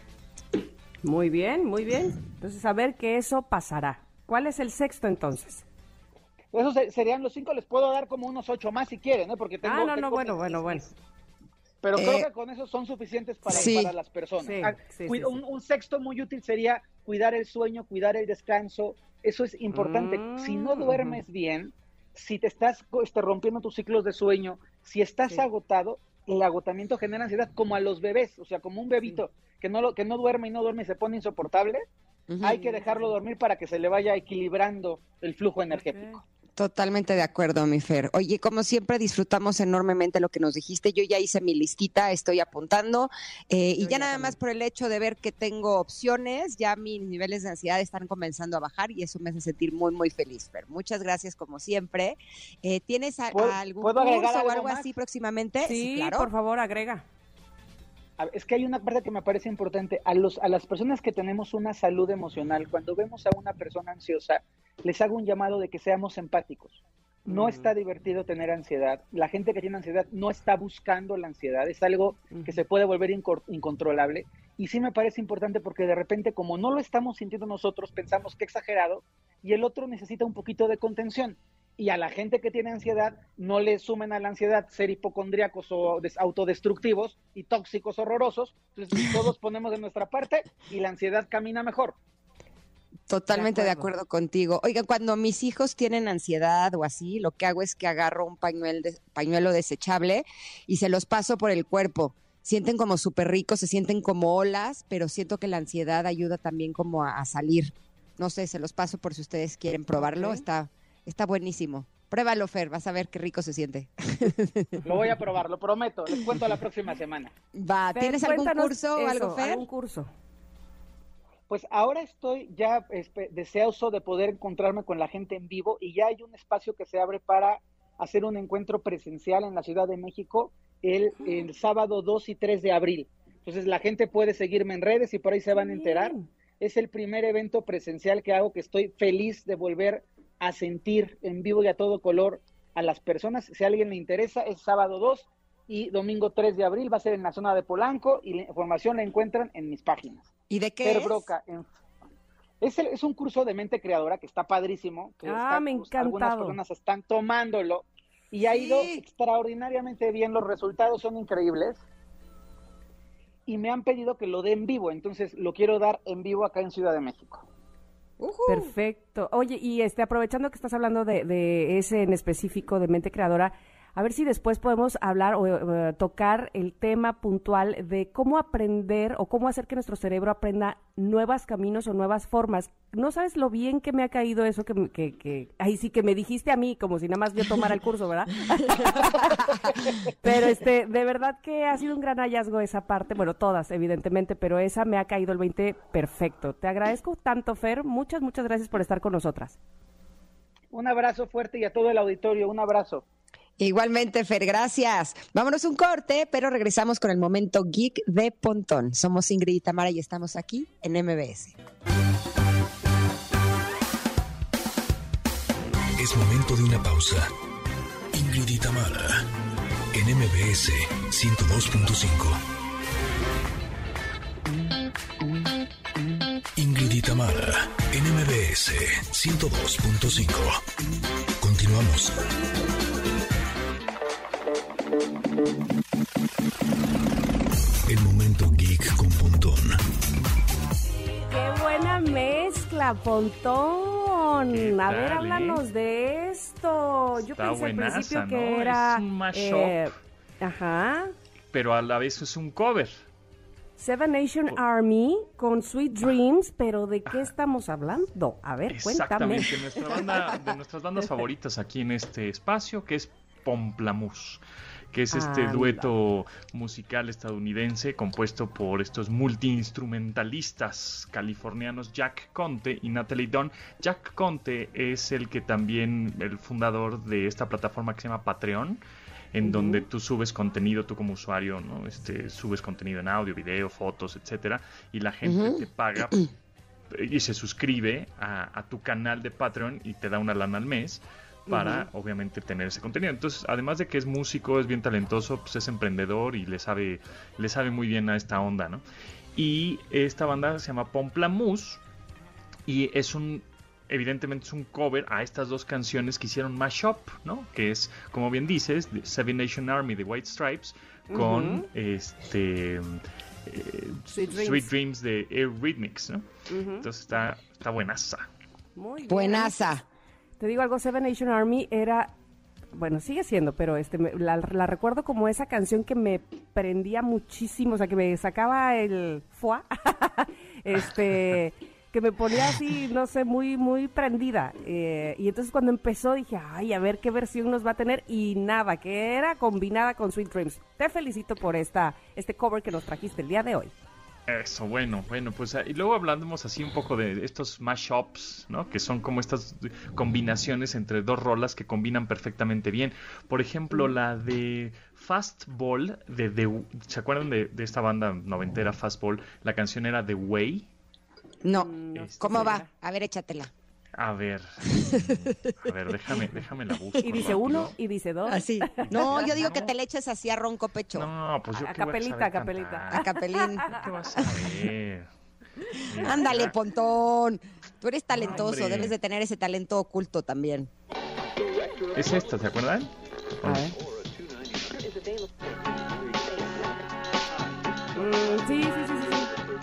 Muy bien, muy bien. Entonces, saber que eso pasará. ¿Cuál es el sexto entonces? Esos se- serían los cinco, les puedo dar como unos ocho más si quieren, ¿eh? Porque tengo... Ah, no, no, tengo bueno, mis- bueno, mis- bueno. Pero Eh, creo que con eso son suficientes para, sí. para las personas. Sí, Ah, sí, cuid- sí, un, sí. un sexto muy útil sería cuidar el sueño, cuidar el descanso. Eso es importante. Mm, Si no duermes bien, si te estás este, rompiendo tus ciclos de sueño, si estás Sí. agotado, el agotamiento genera ansiedad, como a los bebés, o sea, como un bebito que no lo, que no duerme y no duerme y se pone insoportable, Ujú. hay que dejarlo dormir para que se le vaya equilibrando el flujo energético. Ok. Totalmente de acuerdo, mi Fer. Oye, como siempre, disfrutamos enormemente lo que nos dijiste. Yo ya hice mi listita, estoy apuntando. eh, y Yo ya ya nada también. más por el hecho de ver que tengo opciones, ya mis niveles de ansiedad están comenzando a bajar y eso me hace sentir muy, muy feliz, Fer. Muchas gracias, como siempre. Eh, ¿Tienes a- ¿Puedo- algún puedo agregar curso o algo algo más? así próximamente? Sí, claro. por favor, agrega. A ver, es que hay una parte que me parece importante. A, los, a las personas que tenemos una salud emocional, cuando vemos a una persona ansiosa, les hago un llamado de que seamos empáticos. No Mm. está divertido tener ansiedad. La gente que tiene ansiedad no está buscando la ansiedad. Es algo Ujú. que se puede volver incor- incontrolable. Y sí me parece importante porque de repente, como no lo estamos sintiendo nosotros, pensamos que exagerado y el otro necesita un poquito de contención. y a la gente que tiene ansiedad no le sumen a la ansiedad ser hipocondríacos o des- autodestructivos y tóxicos horrorosos. Entonces todos ponemos de nuestra parte y la ansiedad camina mejor. Totalmente de De acuerdo. acuerdo. contigo. Oiga, cuando mis hijos tienen ansiedad o así, lo que hago es que agarro un pañuelo, de- pañuelo desechable y se los paso por el cuerpo. Sienten como súper ricos, se sienten como olas, pero siento que la ansiedad ayuda también como a, a salir. No sé, se los paso por si ustedes quieren probarlo. Ok. Está, está buenísimo. Pruébalo, Fer, vas a ver qué rico se siente. Lo voy a probar, lo prometo. Les cuento la próxima semana. Va, Fer, ¿tienes algún cuéntanos curso o eso, algo, Fer? ¿Algún curso? Pues ahora estoy ya espe- deseoso de poder encontrarme con la gente en vivo y ya hay un espacio que se abre para hacer un encuentro presencial en la Ciudad de México el, el sábado dos y tres de abril. Entonces la gente puede seguirme en redes y por ahí se van a enterar. Bien. Es el primer evento presencial que hago, que estoy feliz de volver a sentir en vivo y a todo color a las personas. Si a alguien le interesa, es sábado dos y domingo tres de abril, va a ser en la zona de Polanco y la información la encuentran en mis páginas. ¿Y de qué Fer es? Broca, en- es, el- es un curso de mente creadora que está padrísimo. Que Ah, está- me ha pues, algunas encantado. personas están tomándolo y ha ido Sí. extraordinariamente bien. Los resultados son increíbles y me han pedido que lo dé en vivo. Entonces lo quiero dar en vivo acá en Ciudad de México. Ujú. Perfecto. Oye, y este, aprovechando que estás hablando de, de ese en específico de mente creadora, a ver si después podemos hablar o eh, tocar el tema puntual de cómo aprender o cómo hacer que nuestro cerebro aprenda nuevos caminos o nuevas formas. No sabes lo bien que me ha caído eso que, me- que, que ahí sí que me dijiste a mí, como si nada más yo tomara el curso, ¿verdad? Pero este, de verdad que ha sido un gran hallazgo esa parte, bueno, todas, evidentemente, pero esa me ha caído el veinte perfecto. Te agradezco tanto, Fer, muchas, muchas gracias por estar con nosotras. Un abrazo fuerte y a todo el auditorio, un abrazo. Igualmente, Fer, gracias. Vámonos un corte, pero regresamos con el momento geek de Pontón. Somos Ingrid y Tamara y estamos aquí en M B S. Es momento de una pausa. Ingrid y Tamara, en M B S ciento dos punto cinco. Ingrid y Tamara, en M B S ciento dos punto cinco. Continuamos. El momento geek con Pontón. ¡Qué buena mezcla, Pontón! ¿Qué A ver, tal, háblanos eh? de esto. Yo Está pensé al buenaza, principio ¿no? que Es era... un mashup. eh, ajá. Pero a la vez es un cover. Seven Nation Army con Sweet Dreams, pero ¿de qué estamos hablando? A ver, cuéntame. Exactamente, nuestra banda, de nuestras bandas favoritas aquí en este espacio, que es Pomplamoose, que es este Anda. dueto musical estadounidense compuesto por estos multiinstrumentalistas californianos Jack Conte y Natalie Dunn. Jack Conte es el que también, el fundador de esta plataforma que se llama Patreon, en Ujú. donde tú subes contenido, tú como usuario, ¿no? Este, subes contenido en audio, video, fotos, etcétera, y la gente Ujú. te paga y se suscribe a, a tu canal de Patreon y te da una lana al mes para, obviamente, tener ese contenido. Entonces, además de que es músico, es bien talentoso, pues es emprendedor y le sabe, le sabe muy bien a esta onda, ¿no? Y esta banda se llama Pomplamoose y es un, evidentemente es un cover a estas dos canciones que hicieron mashup, ¿no? Que es, como bien dices, The Seven Nation Army de White Stripes con Ujú. este eh, Sweet Sweet, Dreams. Dreams de Eurythmics, ¿no? Ujú. Entonces está, está buenaza. Muy bien. Buenaza. Te digo algo, Seven Nation Army era, bueno, sigue siendo, pero este me- la, la recuerdo como esa canción que me prendía muchísimo, o sea, que me sacaba el foie, este, que me ponía así, no sé, muy, muy prendida. Eh, y entonces cuando empezó dije, ay, a ver qué versión nos va a tener, y nada, que era combinada con Sweet Dreams. Te felicito por esta, este cover que nos trajiste el día de hoy. Eso, bueno, bueno, pues ah, y luego hablamos así un poco de estos mashups, ¿no? Que son como estas combinaciones entre dos rolas que combinan perfectamente bien. Por ejemplo, la de Fastball, de, de, ¿se acuerdan de, de esta banda noventera Fastball? La canción era The Way. No. No Este, ¿Cómo va? segura. A ver, échatela. A ver, mm, a ver, déjame, déjame la busco. Y dice rápido. uno, y dice dos. Así. No, yo digo que No. te le eches así a ronco pecho. No, pues yo A qué voy capelita, saber a capelita. cantar. A capelín. ¿Yo ¿Qué vas a ver? Mira, Ándale, mira. Pontón. Tú eres talentoso, Hombre. debes de tener ese talento oculto también. Es esta, ¿se acuerdan? A ver. Mm, sí, sí, sí, sí, sí.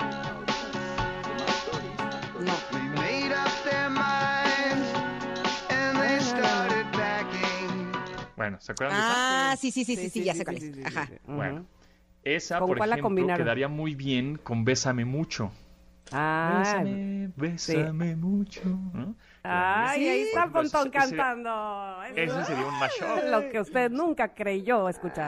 Bueno, ¿se acuerdan de Ah, sí, sí, sí, sí, sí, ya sé cuál sí, es. sí, sí, Ajá. sí, sí. esa? Bueno, esa, ¿Con por cuál la ejemplo, combinaron? quedaría muy bien con Bésame Mucho. Ah, Bésame, bésame mucho, ¿no? ay, ahí está Por ejemplo, Pontón ese- ese- cantando. Ese sería un mashup. Lo que usted nunca creyó escuchar.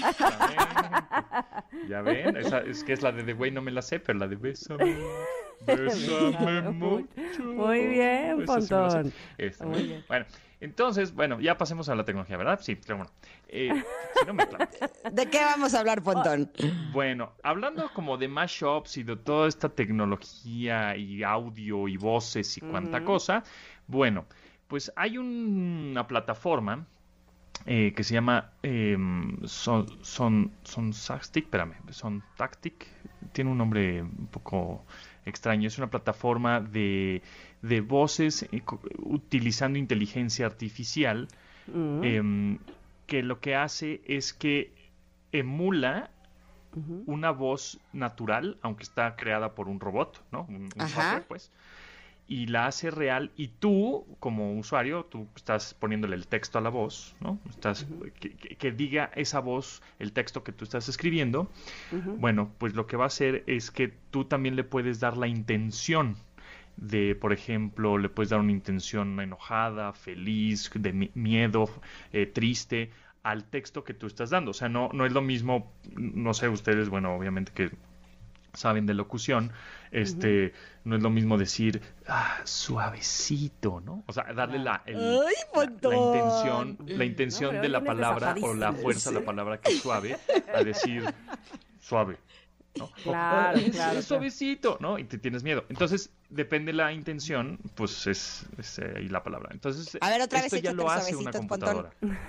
Ah, Ya ven, esa, es que es la de The Way, no me la sé, pero la de Bésame, bésame mucho. Muy bien, Esa sí me la sé. Pontón. Esta, Muy bien. Bueno, entonces, bueno, ya pasemos a la tecnología, ¿verdad? Sí, pero bueno. Eh, si no me clavo. ¿de qué vamos a hablar, Pontón? Bueno, hablando como de mashups y de toda esta tecnología y audio y voces y cuanta cosa, bueno, pues hay un- una plataforma eh, que se llama eh, Son, Son, Sontastic, espérame, Sontastic, tiene un nombre un poco extraño, es una plataforma de, de voces eh, co- utilizando inteligencia artificial, Mm, em, que lo que hace es que emula ujú. una voz natural, aunque está creada por un robot, ¿no? Un, un Ajá. software, pues. Y la hace real. Y tú, como usuario, tú estás poniéndole el texto a la voz, ¿no? Estás, que, que- que diga esa voz el texto que tú estás escribiendo. Bueno, pues lo que va a hacer es que tú también le puedes dar la intención de, por ejemplo, le puedes dar una intención enojada, feliz, de mi- miedo, eh, triste, al texto que tú estás dando. O sea, no, no es lo mismo, no sé, ustedes, bueno, obviamente que saben de locución, este, no es lo mismo decir ah, suavecito, ¿no? O sea, darle la, el- ¡Ay, la, la Pontón! intención, la intención pero de hoy la vienes palabra o la desapadísimo. fuerza de la palabra que es suave a decir suave. ¿No? O, Claro, "Ah, es, claro, es suavecito, ¿no? Y te tienes miedo. Entonces, depende la intención, pues es, es eh, ahí la palabra. Entonces, A ver, otra esto vez ya échate lo el hace una suavecito, Pontón. computadora.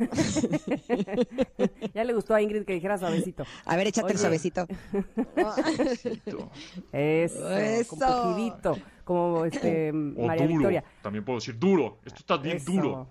Ya le gustó a Ingrid que dijera suavecito. A ver, échate el Oye. suavecito. Suavecito. Eso, Eso. con pujidito, como este O María duro. Victoria. También puedo decir duro. Esto está bien Eso. duro.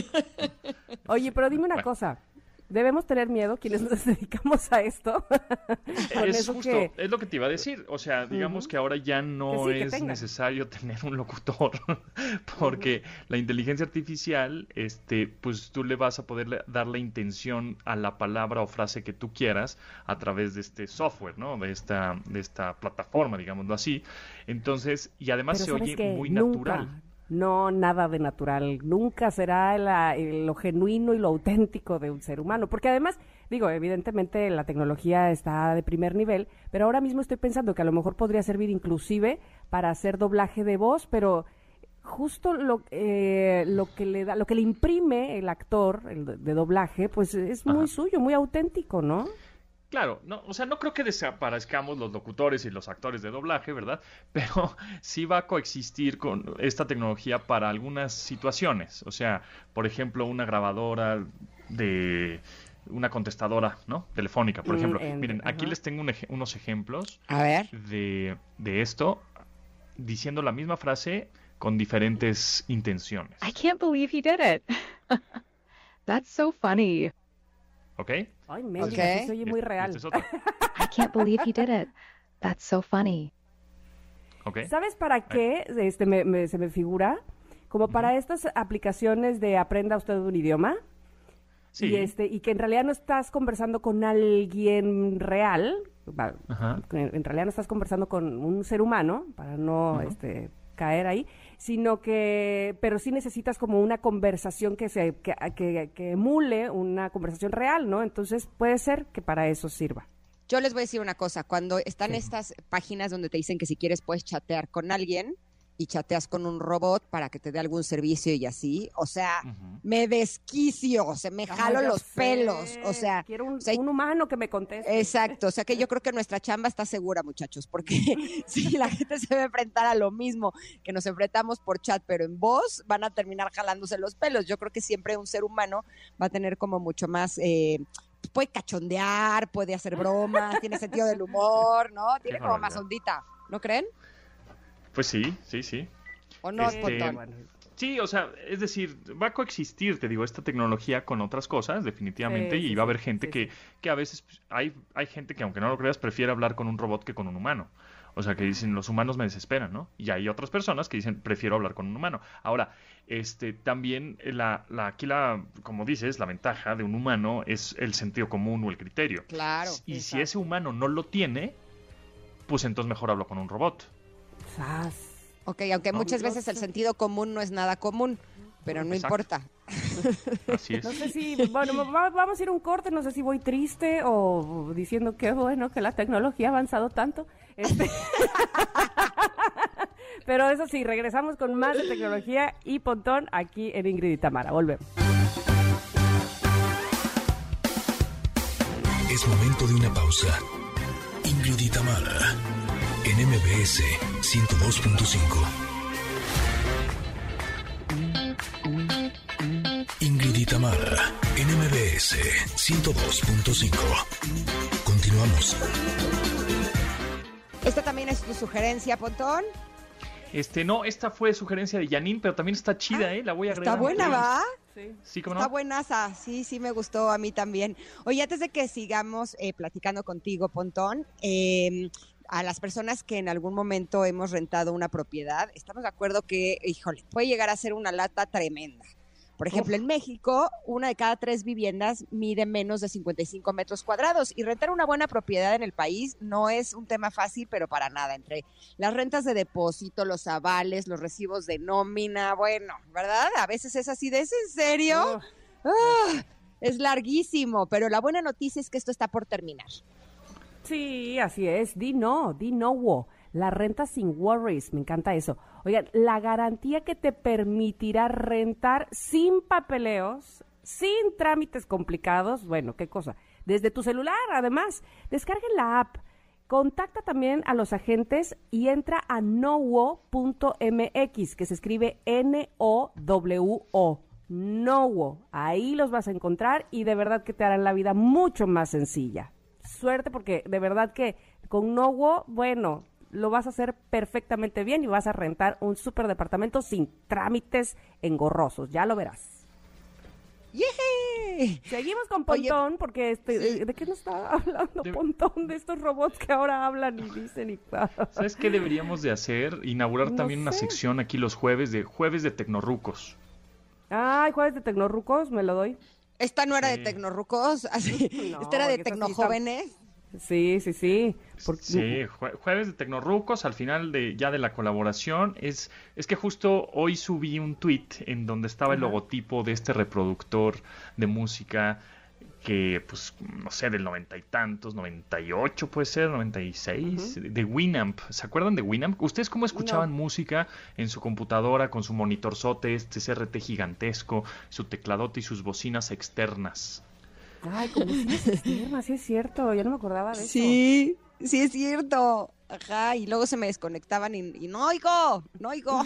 Oye, pero dime una Bueno. cosa. ¿Debemos tener miedo quienes nos dedicamos a esto? Con Es eso justo, que- es lo que te iba a decir. O sea, digamos que ahora ya no Que sí, que es tengan. necesario tener un locutor, porque la inteligencia artificial, este, pues tú le vas a poder le- dar la intención a la palabra o frase que tú quieras a través de este software, ¿no? De esta, de esta plataforma, digámoslo así. Entonces, y además Pero se ¿sabes oye qué? muy Nunca, natural. No, nada de natural. Nunca será la- el- lo genuino y lo auténtico de un ser humano. Porque además, digo, evidentemente la tecnología está de primer nivel, pero ahora mismo estoy pensando que a lo mejor podría servir inclusive para hacer doblaje de voz, pero justo lo, eh, lo que le da, lo que le imprime el actor el de, de doblaje, pues es muy Ajá. suyo, muy auténtico, ¿no? Claro, no, o sea, no creo que desaparezcamos los locutores y los actores de doblaje, ¿verdad? Pero sí va a coexistir con esta tecnología para algunas situaciones. O sea, por ejemplo, una grabadora de una contestadora, ¿no? Telefónica, por Mm, ejemplo. en- Miren, aquí ajá. les tengo un ej- unos ejemplos A ver. de, de esto, diciendo la misma frase con diferentes intenciones. I can't believe he did it. That's so funny. ¿Ok? Ay, Meli, Ok. así se oye Y- muy y real. este es otro. I can't believe he did it. That's so funny. ¿Ok? ¿Sabes para qué este, me- me- se me figura? Como para estas aplicaciones de aprenda usted un idioma. Sí. Y, este, y que en realidad no estás conversando con alguien real, va, Ajá. que en realidad no estás conversando con un ser humano, para no Ujú. este, caer ahí, sino que, pero sí necesitas como una conversación que se que, que, que emule una conversación real, ¿no? Entonces puede ser que para eso sirva. Yo les voy a decir una cosa, cuando están estas páginas donde te dicen que si quieres puedes chatear con alguien y chateas con un robot para que te dé algún servicio y así, o sea, Ujú. me desquicio, se me jalo Ay, ya los sé. pelos, o sea, Quiero un, o sea, un humano que me conteste. exacto, o sea que yo creo que nuestra chamba está segura, muchachos, porque si la gente se va a enfrentar a lo mismo que nos enfrentamos por chat, pero en voz, van a terminar jalándose los pelos. Yo creo que siempre un ser humano va a tener como mucho más, eh, puede cachondear, puede hacer bromas, tiene sentido del humor, ¿no? Tiene como más barbaridad. ondita, ¿no creen? Pues sí, sí, sí. ¿O no, Este, Pontón? Bueno, Sí, o sea, es decir, va a coexistir, te digo, esta tecnología con otras cosas, definitivamente, sí, y sí, va a haber gente sí, que, sí. que a veces, hay, hay gente que, aunque no lo creas, prefiere hablar con un robot que con un humano. O sea, que dicen, los humanos me desesperan, ¿no? Y hay otras personas que dicen, prefiero hablar con un humano. Ahora, este, también, la, la, aquí la, como dices, la ventaja de un humano es el sentido común o el criterio. Claro. Y exacto. Si ese humano no lo tiene, pues entonces mejor hablo con un robot. ¡Sas! Ok, aunque no, muchas no veces sé. El sentido común no es nada común, pero no exacto. Importa. Así es. No sé si, bueno, vamos a ir a un corte, no sé si voy triste o diciendo que bueno que la tecnología ha avanzado tanto. Este... Pero eso sí, regresamos con más de tecnología y Pontón aquí en Ingrid y Tamara. Volvemos. Es momento de una pausa. Ingrid y Tamara en M B S ciento dos punto cinco. Ingrid y Tamara en M B S ciento dos punto cinco. Continuamos. ¿Esta también es tu sugerencia, Pontón? Este, no, esta fue sugerencia de Janine, pero también está chida, ¿eh? La voy a agregar. Está buena, ¿va? Sí. Sí, ¿cómo no? Está buenaza, sí, sí me gustó a mí también. Oye, antes de que sigamos eh, platicando contigo, Pontón, eh, a las personas que en algún momento hemos rentado una propiedad, estamos de acuerdo que, híjole, puede llegar a ser una lata tremenda. Por ejemplo, Uf. En México, una de cada tres viviendas mide menos de cincuenta y cinco metros cuadrados y rentar una buena propiedad en el país no es un tema fácil, pero para nada. Entre las rentas de depósito, los avales, los recibos de nómina, bueno, ¿verdad? A veces es así de, ¿es en serio? Oh. Ah, es larguísimo, pero la buena noticia es que esto está por terminar. Sí, así es. Di no, di no, wo. La renta sin worries, me encanta eso. Oigan, la garantía que te permitirá rentar sin papeleos, sin trámites complicados, bueno, qué cosa, desde tu celular, además. Descarguen la app, contacta también a los agentes y entra a nowo punto m x, que se escribe N O W O, Nowo. Ahí los vas a encontrar y de verdad que te harán la vida mucho más sencilla. Suerte, porque de verdad que con Nowo, bueno, lo vas a hacer perfectamente bien y vas a rentar un súper departamento sin trámites engorrosos, ya lo verás. ¡Yeah! Seguimos con Pontón, Oye, porque este, sí. ¿de qué nos está hablando de... Pontón? De estos robots que ahora hablan y dicen y ¿Sabes qué deberíamos de hacer? Inaugurar no también sé. Una sección aquí los jueves de jueves de tecnorrucos. Ay, jueves de tecnorrucos, me lo doy. Esta no era sí. de tecnorrucos, así. No, esta era de tecnojóvenes. Sí, sí, sí. Porque... Sí, jue- jueves de Tecnorrucos, al final de ya de la colaboración, es, es que justo hoy subí un tweet en donde estaba Ajá. el logotipo de este reproductor de música que, pues, no sé, del noventa y tantos, noventa y ocho puede ser, noventa y seis, uh-huh. de Winamp. ¿Se acuerdan de Winamp? ¿Ustedes cómo escuchaban no. música en su computadora con su monitorzote, este C R T gigantesco, su tecladote y sus bocinas externas? Ay, como bocinas externas, sí es cierto, yo no me acordaba de eso. Sí, sí es cierto. Ajá, y luego se me desconectaban y, y no oigo, no oigo.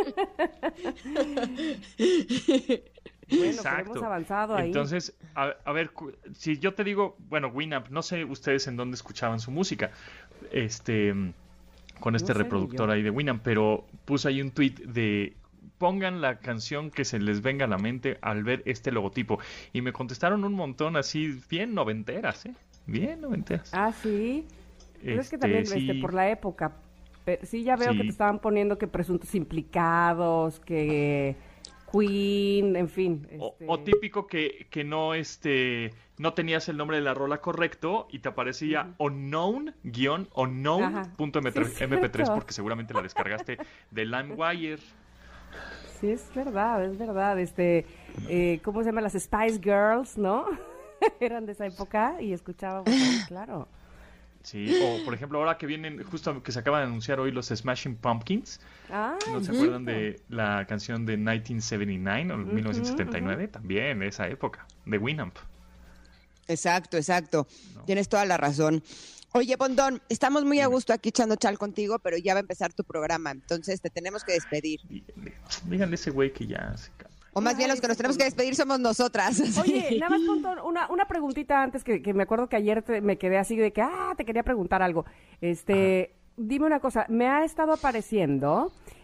Bueno, exacto. Hemos avanzado ahí. Entonces, a, a ver, si yo te digo, bueno, Winamp, no sé ustedes en dónde escuchaban su música, este, con este no sé, reproductor ahí de Winamp, pero puse ahí un tweet de pongan la canción que se les venga a la mente al ver este logotipo. Y me contestaron un montón así, bien noventeras, ¿eh? Bien noventeras. Ah, sí. Pero este, es que también sí. este, por la época. Pero sí, ya veo sí. que te estaban poniendo que presuntos implicados, que Queen, en fin. Este... O, o típico que, que no, este, no tenías el nombre de la rola correcto y te aparecía uh-huh. unknown, guión, unknown, punto eme pe tres, porque seguramente la descargaste de LimeWire. Sí, es verdad, es verdad. Este, eh, ¿cómo se llama? Las Spice Girls, ¿no? Eran de esa época y escuchábamos, claro. Sí, o por ejemplo, ahora que vienen, justo que se acaban de anunciar hoy los Smashing Pumpkins. Ah, ¿no se uh-huh. acuerdan de la canción de mil novecientos setenta y nueve o mil novecientos setenta y nueve? Uh-huh. También, de esa época, de Winamp. Exacto, exacto. ¿No? Tienes toda la razón. Oye, Pontón, estamos muy a gusto aquí echando chal contigo, pero ya va a empezar tu programa, entonces te tenemos que despedir. Díganle, díganle a ese güey que ya se calma. O más bien los que nos tenemos que despedir somos nosotras. Oye, nada más, Pontón, una, una preguntita antes que, que me acuerdo que ayer te, me quedé así de que, ah, te quería preguntar algo. Este, Ajá. Dime una cosa, me ha estado apareciendo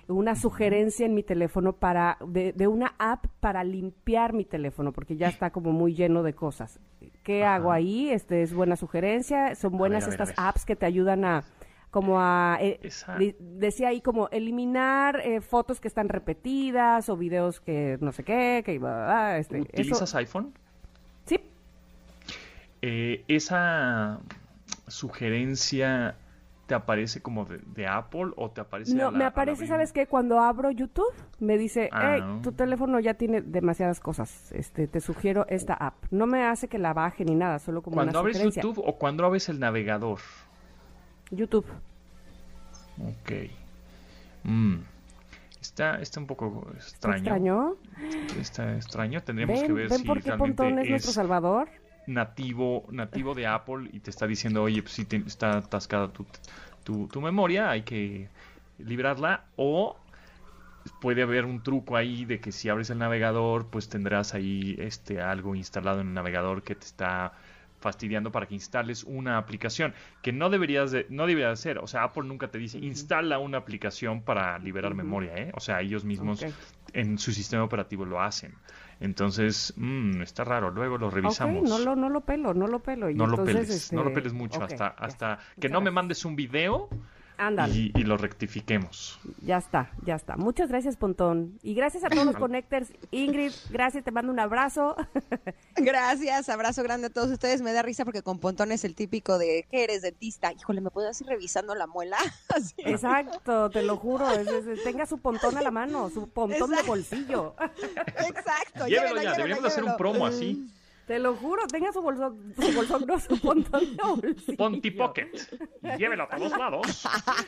una sugerencia en mi teléfono para de, de una app para limpiar mi teléfono, porque ya está como muy lleno de cosas. ¿Qué Ajá. hago ahí? Este es buena sugerencia. Son buenas a ver, a ver, estas a apps que te ayudan a como a eh, de, decía ahí como eliminar eh, fotos que están repetidas o videos que no sé qué, que ah, este, ¿Utilizas eso... iPhone? Sí. Eh, esa sugerencia ¿te aparece como de, de Apple o te aparece No, a la, me aparece, ¿sabes qué? Cuando abro YouTube me dice, Ah, hey, no. tu teléfono ya tiene demasiadas cosas, este, te sugiero esta app. No me hace que la baje ni nada, solo como ¿Cuando una abres sugerencia. YouTube o cuando abres el navegador? YouTube. Ok. Mm. Está, está un poco extraño. ¿Está extraño? Está extraño. Tendríamos ¿Ven, que ver ven si por qué realmente Pontón es es nuestro salvador? nativo, nativo de Apple y te está diciendo, oye, pues sí te- está atascada tu, tu, tu memoria, hay que librarla, o puede haber un truco ahí de que si abres el navegador, pues tendrás ahí este algo instalado en el navegador que te está fastidiando para que instales una aplicación que no deberías de, no debería de ser. O sea, Apple nunca te dice instala una aplicación para liberar memoria, ¿eh? O sea, ellos mismos Ok. en su sistema operativo lo hacen. Entonces, mm, está raro. Luego lo revisamos. Ok, no lo, no lo pelo, no lo pelo. Y No lo entonces, peles, este, no lo peles mucho, ok, hasta, ya hasta está. que Muchas no me gracias. mandes un video Ándale. y, y lo rectifiquemos. Ya está, ya está. Muchas gracias, Pontón. Y gracias a todos los connectors. Ingrid, gracias, te mando un abrazo. Gracias, abrazo grande a todos ustedes. Me da risa porque con Pontón es el típico de que eres dentista. Híjole, ¿me puedes ir revisando la muela? Así. Exacto, te lo juro. es- es- tenga su pontón a la mano, su pontón de Exacto. bolsillo. Exacto. Llévelo llévelo, ya, llévelo, deberíamos hacer un llévelo. promo así. Te lo juro, tenga su bolsón, su bolsón, no, su pontón de bolsillo. Ponti Pocket. Y llévelo a todos lados.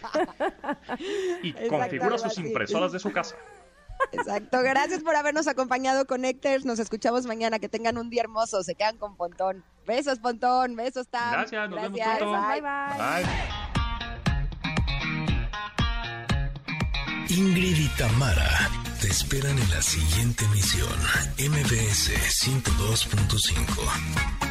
Y Exacto, configura algo sus así. impresoras de su casa. Exacto. Gracias por habernos acompañado, Connectors. Nos escuchamos mañana. Que tengan un día hermoso. Se quedan con Pontón. Besos, Pontón. Besos, Tam. Gracias, nos vemos Gracias. pronto. Bye, bye. Bye. Ingrid y Tamara te esperan en la siguiente emisión. M B S ciento dos punto cinco.